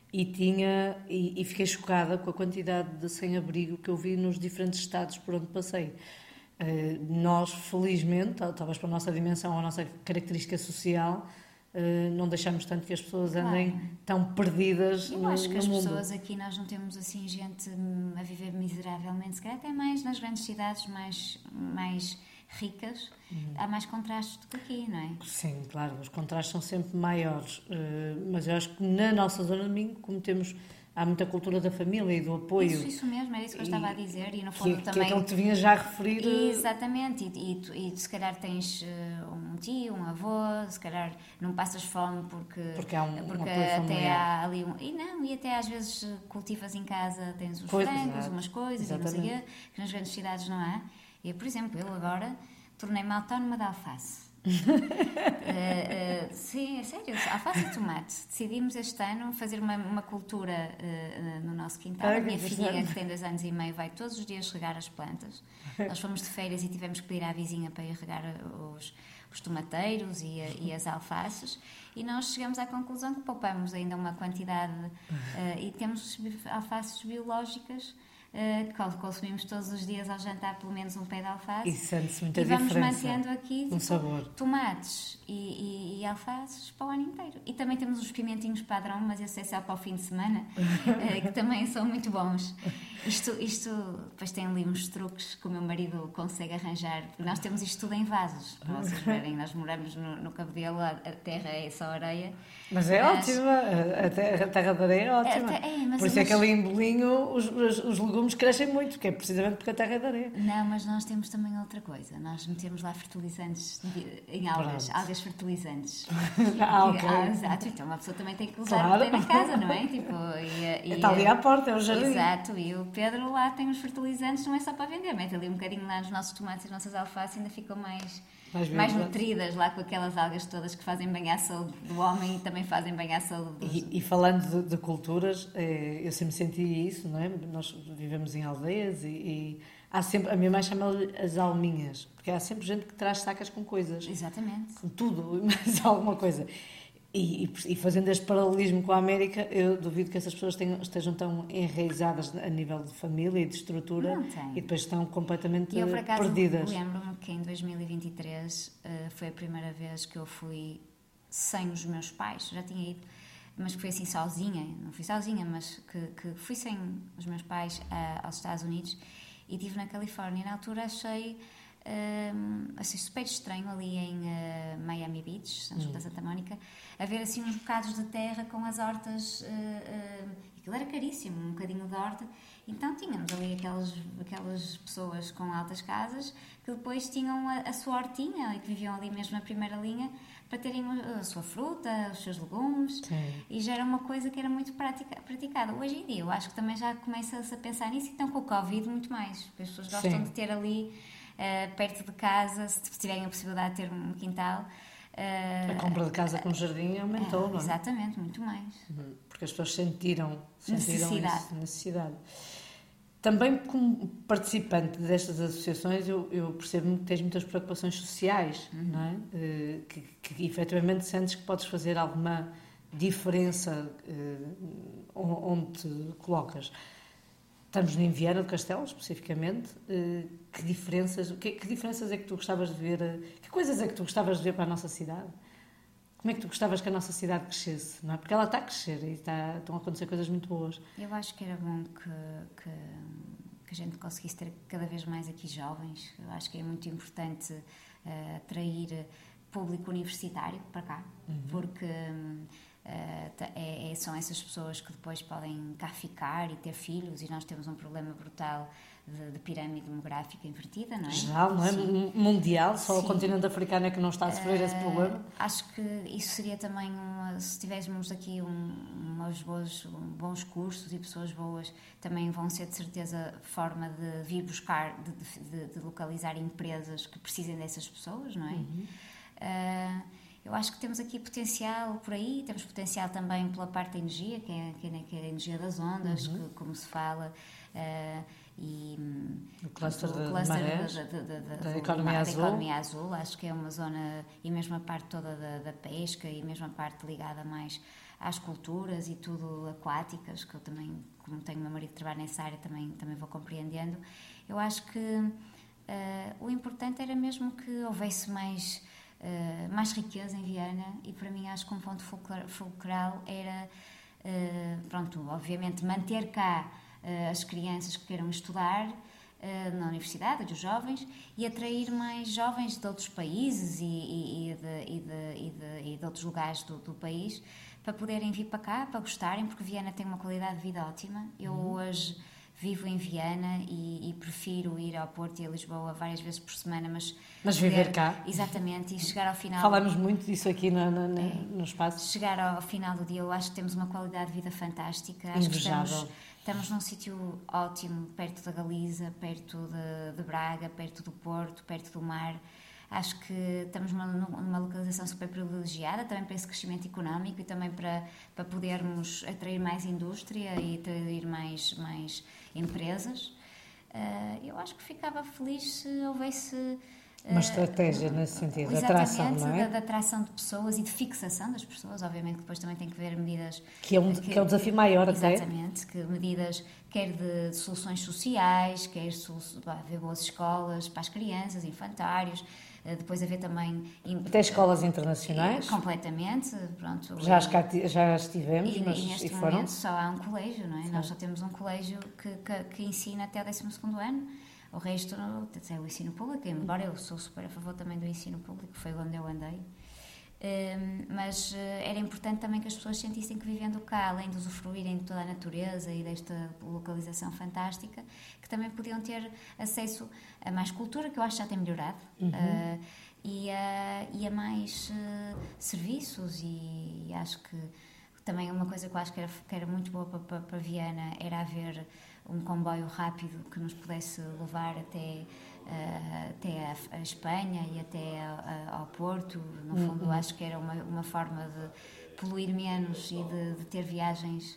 e fiquei chocada com a quantidade de sem-abrigo que eu vi nos diferentes estados por onde passei. Nós, felizmente, talvez para a nossa dimensão, a nossa característica social, não deixamos tanto que as pessoas andem tão perdidas no mundo. Eu acho que as pessoas aqui, nós não temos assim gente a viver miseravelmente, se calhar até mais nas grandes cidades mais ricas, há mais contrastes do que aqui, não é? Sim, claro, os contrastes são sempre maiores, mas eu acho que na nossa zona de Minho, como há muita cultura da família e do apoio. Isso mesmo, era isso que eu estava a dizer. E no fundo que também... é aquilo que te vinha já a referir. Exatamente, e se calhar tens um tio, um avô, se calhar não passas fome porque há um apoio até familiar. há ali e até às vezes cultivas em casa, tens uns frangos, umas coisas, e não sei o quê, que nas grandes cidades não há. E, por exemplo, eu agora tornei-me autónoma de alface. Sim, é sério, alface e tomate. Decidimos este ano fazer uma cultura no nosso quintal. A minha filhinha, que tem 2 anos e meio, vai todos os dias regar as plantas. Nós fomos de férias e tivemos que pedir à vizinha para ir regar os tomateiros e as alfaces, e nós chegamos à conclusão que poupamos ainda uma quantidade e temos alfaces biológicas que consumimos todos os dias ao jantar pelo menos um pé de alface. E sente-se muita e vamos diferença mantendo aqui no sabor. Tomates e alfaces para o ano inteiro. E também temos uns pimentinhos padrão, mas esse é só para o fim de semana, que também são muito bons. Isto, depois tem ali uns truques que o meu marido consegue arranjar, porque nós temos isto tudo em vasos, para vocês verem. Nós moramos no Cabedelo, a terra é só areia. Mas é ótima, a terra de areia é ótima. Por isso é que ali em Bolinho os legumes crescem muito, que é precisamente porque a terra é de areia. Não, mas nós temos também outra coisa. Nós metemos lá fertilizantes em algas fertilizantes. Ok. Exato, então uma pessoa também tem que usar o que tem na casa, não é? Tipo, está ali à porta, é o jardim. Exato, e o Pedro lá tem os fertilizantes, não é só para vender, mete ali um bocadinho lá nos nossos tomates e as nossas alfaces, ainda ficam mais nutridas lá com aquelas algas todas que fazem bem à saúde do homem e também fazem bem à saúde dos... E falando de culturas, eu sempre senti isso, não é? Nós vivemos em aldeias e há sempre, a minha mãe chama-lhe as alminhas, porque há sempre gente que traz sacas com coisas. Exatamente. Com tudo, mas alguma coisa. E fazendo este paralelismo com a América, eu duvido que essas pessoas estejam tão enraizadas a nível de família e de estrutura e depois estão completamente eu, por acaso, perdidas. Lembro-me que em 2023 foi a primeira vez que eu fui sem os meus pais, já tinha ido, mas foi assim sozinha, não fui sozinha, mas que fui sem os meus pais aos Estados Unidos e estive na Califórnia. Na altura achei super estranho ali em Miami Beach, da Santa Mónica, a ver assim uns bocados de terra com as hortas, aquilo era caríssimo, um bocadinho de horta. Então tínhamos ali aquelas pessoas com altas casas que depois tinham a sua hortinha e que viviam ali mesmo na primeira linha para terem a sua fruta, os seus legumes. Sim. E já era uma coisa que era muito praticada. Hoje em dia eu acho que também já começa-se a pensar nisso, então com o Covid muito mais, porque as pessoas gostam de ter ali perto de casa, se tiverem a possibilidade de ter um quintal. A compra de casa com jardim aumentou, não é? Exatamente, muito mais. Porque as pessoas sentiram necessidade. Também como participante destas associações, eu percebo que tens muitas preocupações sociais, não é? Que efetivamente sentes que podes fazer alguma diferença onde te colocas. Estamos em Viana do Castelo, especificamente. Que diferenças é que tu gostavas de ver? Que coisas é que tu gostavas de ver para a nossa cidade? Como é que tu gostavas que a nossa cidade crescesse? Não é? Porque ela está a crescer e estão a acontecer coisas muito boas. Eu acho que era bom que a gente conseguisse ter cada vez mais aqui jovens. Eu acho que é muito importante atrair público universitário para cá, porque... são essas pessoas que depois podem cá ficar e ter filhos, e nós temos um problema brutal de pirâmide demográfica invertida, não é? Geral, não é? Sim. Mundial, só o continente africano é que não está a sofrer esse problema. Acho que isso seria também, se tivéssemos aqui bons cursos e pessoas boas, também vão ser de certeza forma de vir buscar, de localizar empresas que precisem dessas pessoas, não é? Eu acho que temos aqui potencial por aí, temos potencial também pela parte da energia, que é a energia das ondas, como se fala, e o cluster da economia azul, acho que é uma zona, e mesmo a parte toda da pesca, e mesmo a parte ligada mais às culturas e tudo aquáticas, que eu também, como tenho meu marido que trabalha nessa área, também vou compreendendo. Eu acho que o importante era mesmo que houvesse mais riqueza em Viana, e para mim acho que um ponto fulcral era, obviamente manter cá as crianças que queiram estudar na universidade, dos jovens, e atrair mais jovens de outros países e de outros lugares do país para poderem vir para cá, para gostarem, porque Viana tem uma qualidade de vida ótima. Eu hoje vivo em Viana e prefiro ir ao Porto e a Lisboa várias vezes por semana, mas viver cá. Exatamente, e chegar ao final... Falamos muito disso aqui no espaço. Chegar ao final do dia, eu acho que temos uma qualidade de vida fantástica. Acho que estamos num sítio ótimo, perto da Galiza, perto de Braga, perto do Porto, perto do mar. Acho que estamos numa localização super privilegiada, também para esse crescimento económico e também para podermos atrair mais indústria e atrair mais empresas. Eu acho que ficava feliz se houvesse Uma estratégia nesse sentido, de atração, não é? De atração de pessoas e de fixação das pessoas. Obviamente que depois também tem que ver medidas... Que é um desafio maior até. Exatamente, que medidas quer de soluções sociais, quer haver boas escolas para as crianças, infantários, depois haver também... Até escolas internacionais? Completamente, pronto. Já estivemos, e neste foram? momento só há um colégio, não é? Sim. Nós só temos um colégio que ensina até o 12º ano. O resto é o ensino público, embora eu sou super a favor também do ensino público, foi onde eu andei. Mas era importante também que as pessoas sentissem que vivendo cá, além de usufruírem de toda a natureza e desta localização fantástica, que também podiam ter acesso a mais cultura, que eu acho que já tem melhorado, e a mais serviços, e acho que também uma coisa que eu acho que era muito boa para Viana era haver um comboio rápido que nos pudesse levar até a Espanha e até ao Porto. No fundo, acho que era uma forma de poluir menos e de ter viagens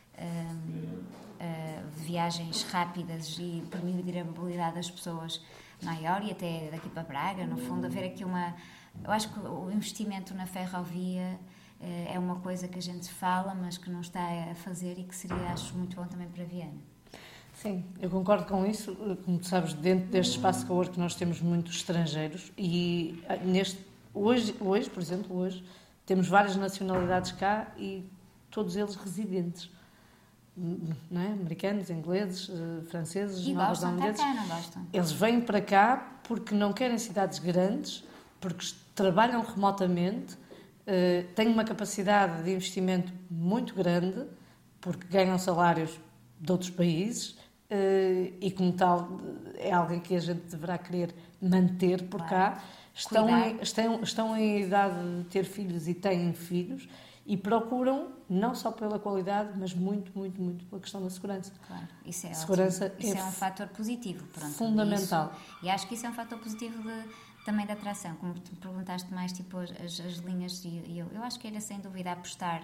rápidas e permitir a mobilidade das pessoas maior, e até daqui para Braga, no fundo, haver aqui eu acho que o investimento na ferrovia é uma coisa que a gente fala, mas que não está a fazer, e que seria, acho, muito bom também para Viana. Sim, eu concordo com isso. Como tu sabes, dentro deste espaço cowork nós temos muitos estrangeiros e hoje, por exemplo, temos várias nacionalidades cá e todos eles residentes. Não é? Americanos, ingleses, franceses, novos-zelandeses. Não gostam. Eles vêm para cá porque não querem cidades grandes, porque trabalham remotamente, têm uma capacidade de investimento muito grande, porque ganham salários de outros países, e como tal é alguém que a gente deverá querer manter por cá. Estão em idade de ter filhos e têm filhos e procuram não só pela qualidade, mas muito, muito, muito pela questão da segurança. Claro, isso é segurança ótimo. Isso é um fator positivo. Pronto, fundamental. E acho que isso é um fator positivo também de atração. Como tu perguntaste mais, tipo, as linhas, e eu acho que era sem dúvida apostar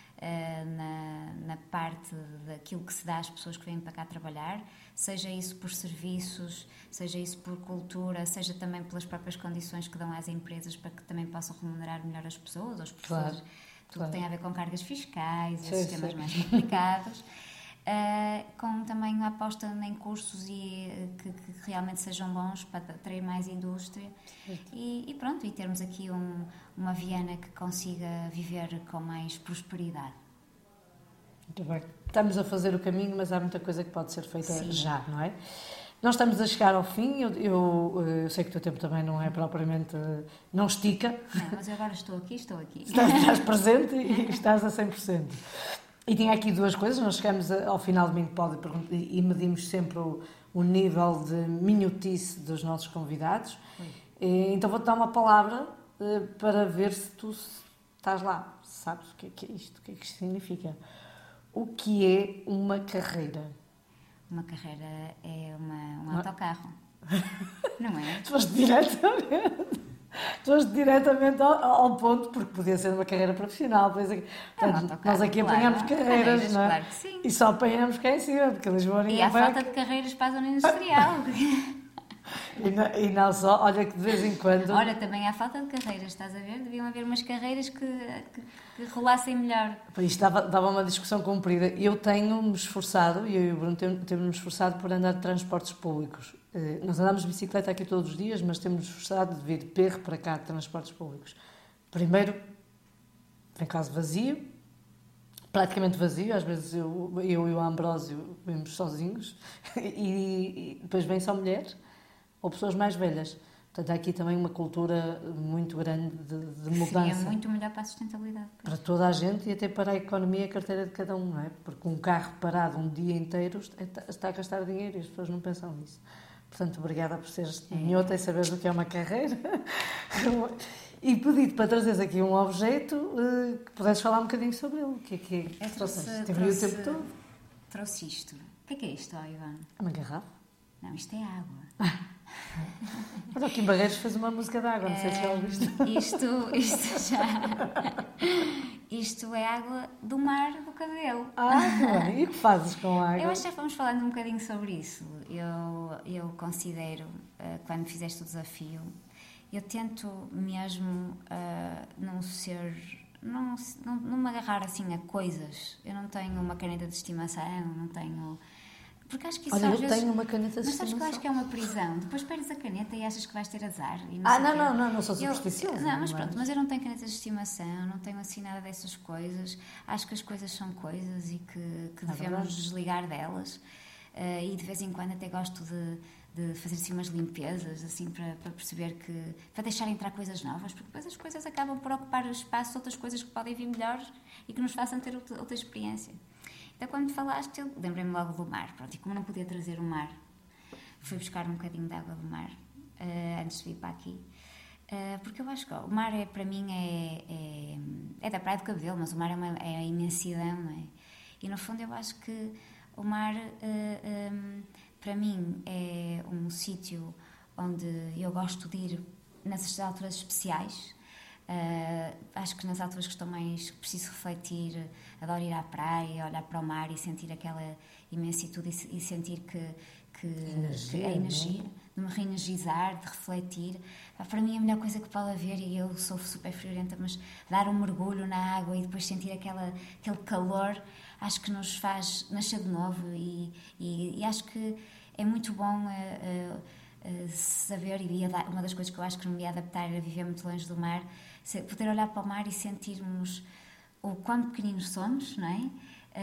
na parte daquilo que se dá às pessoas que vêm para cá trabalhar, seja isso por serviços, seja isso por cultura, seja também pelas próprias condições que dão às empresas para que também possam remunerar melhor as pessoas, os professores. Claro. Tudo que tem a ver com cargas fiscais, esses temas mais complicados, com também a aposta em cursos que realmente sejam bons para atrair mais indústria e pronto, e termos aqui uma Viana que consiga viver com mais prosperidade. Muito bem. Estamos a fazer o caminho, mas há muita coisa que pode ser feita já, não é? Nós estamos a chegar ao fim, eu sei que o teu tempo também não é propriamente, não estica. Não, mas eu agora estou aqui. Estás presente e estás a 100%. E tinha aqui duas coisas, nós chegamos ao final do Minho Pod e medimos sempre o nível de minhotice dos nossos convidados. Então vou-te dar uma palavra para ver se tu estás lá, sabes o que é isto, o que é que isto significa. O que é uma carreira? Uma carreira é um autocarro, não é? Tu foste diretamente ao ponto, porque podia ser uma carreira profissional. Portanto, nós aqui apanhamos carreiras, não é? Claro que sim. E só apanhamos cá em cima, porque Lisboa E há falta de carreiras para a zona industrial. E não só, olha que de vez em quando... Ora, também há falta de carreiras, estás a ver? Deviam haver umas carreiras que rolassem melhor. Isto dava uma discussão comprida. Eu tenho-me esforçado, e eu e o Bruno temos-me esforçado por andar de transportes públicos. Nós andamos de bicicleta aqui todos os dias, mas temos-nos esforçado de vir de perro para cá de transportes públicos. Primeiro, vem quase vazio, praticamente vazio, às vezes eu e o Ambrósio vemos sozinhos, e depois vem só mulheres ou pessoas mais velhas. Portanto, há aqui também uma cultura muito grande de mudança. Seria muito melhor para a sustentabilidade. Para toda a gente e até para a economia e a carteira de cada um, não é? Porque um carro parado um dia inteiro está a gastar dinheiro e as pessoas não pensam nisso. Portanto, obrigada por seres minhota e saberes o que é uma carreira. E pedi-te para trazeres aqui um objeto que pudesses falar um bocadinho sobre ele. O que é que é? Tive o tempo todo. Trouxe isto. O que é isto, Ivan? É uma garrafa? Não, isto é água. Olha, o Kim Barreiros fez uma música de água, não sei se já ouviste. Isto é água do mar do cabelo. Que bem. E o que fazes com a água? Eu acho que já fomos falando um bocadinho sobre isso. Eu considero, quando fizeste o desafio, eu tento mesmo não me agarrar assim a coisas. Eu não tenho uma caneta de estimação, não tenho... Porque acho que isso Olha, às eu vezes... tenho uma caneta de Mas sabes que eu estimação. acho que é uma prisão. Depois perdes a caneta e achas que vais ter azar. E Não sou supersticiosa. Não, mas pronto, mas eu não tenho canetas de estimação, não tenho assim nada dessas coisas. Acho que as coisas são coisas e que devemos desligar delas. E de vez em quando até gosto de fazer assim umas limpezas, assim, para perceber que... para deixar entrar coisas novas, porque depois as coisas acabam por ocupar o espaço de outras coisas que podem vir melhores e que nos façam ter outra experiência. Então, quando falaste, eu lembrei-me logo do mar. Pronto, e como não podia trazer o mar, fui buscar um bocadinho de água do mar antes de vir para aqui. Porque eu acho que o mar, para mim, é da Praia do Cabedelo, mas o mar é a imensidão, não é? E, no fundo, eu acho que o mar, para mim, é um sítio onde eu gosto de ir nessas alturas especiais. Acho que nas alturas que estou mais que preciso refletir, adoro ir à praia, olhar para o mar e sentir aquela imensidão e sentir que a energia, de me reenergizar, de refletir. Para mim, a melhor coisa que pode haver, e eu sou super friorenta, mas dar um mergulho na água e depois sentir aquele calor, acho que nos faz nascer de novo e acho que é muito bom saber, e uma das coisas que eu acho que me ia adaptar era viver muito longe do mar, poder olhar para o mar e sentirmos o quão pequeninos somos, não é?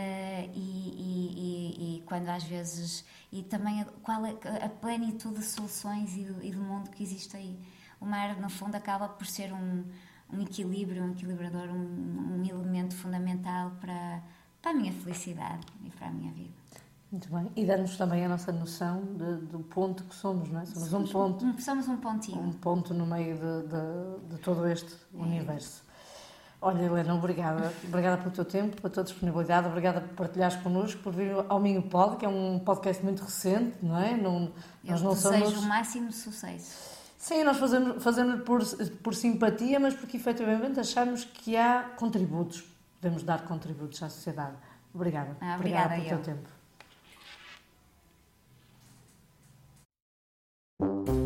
E quando às vezes... E também qual é a plenitude de soluções e do mundo que existe aí. O mar, no fundo, acaba por ser um equilíbrio, um equilibrador, um elemento fundamental para a minha felicidade e para a minha vida. Muito bem. E dá-nos também a nossa noção do ponto que somos, não é? Somos um ponto. Somos um pontinho. Um ponto no meio de todo este universo. Olha, Helena, obrigada. Obrigada pelo teu tempo, pela tua disponibilidade, obrigada por partilhares connosco, por vir ao Minho Pod, que é um podcast muito recente, não é? Nós não desejo o máximo sucesso. Sim, nós fazemos por simpatia, mas porque efetivamente achamos que há contributos, podemos dar contributos à sociedade. Obrigada. Obrigada pelo teu tempo.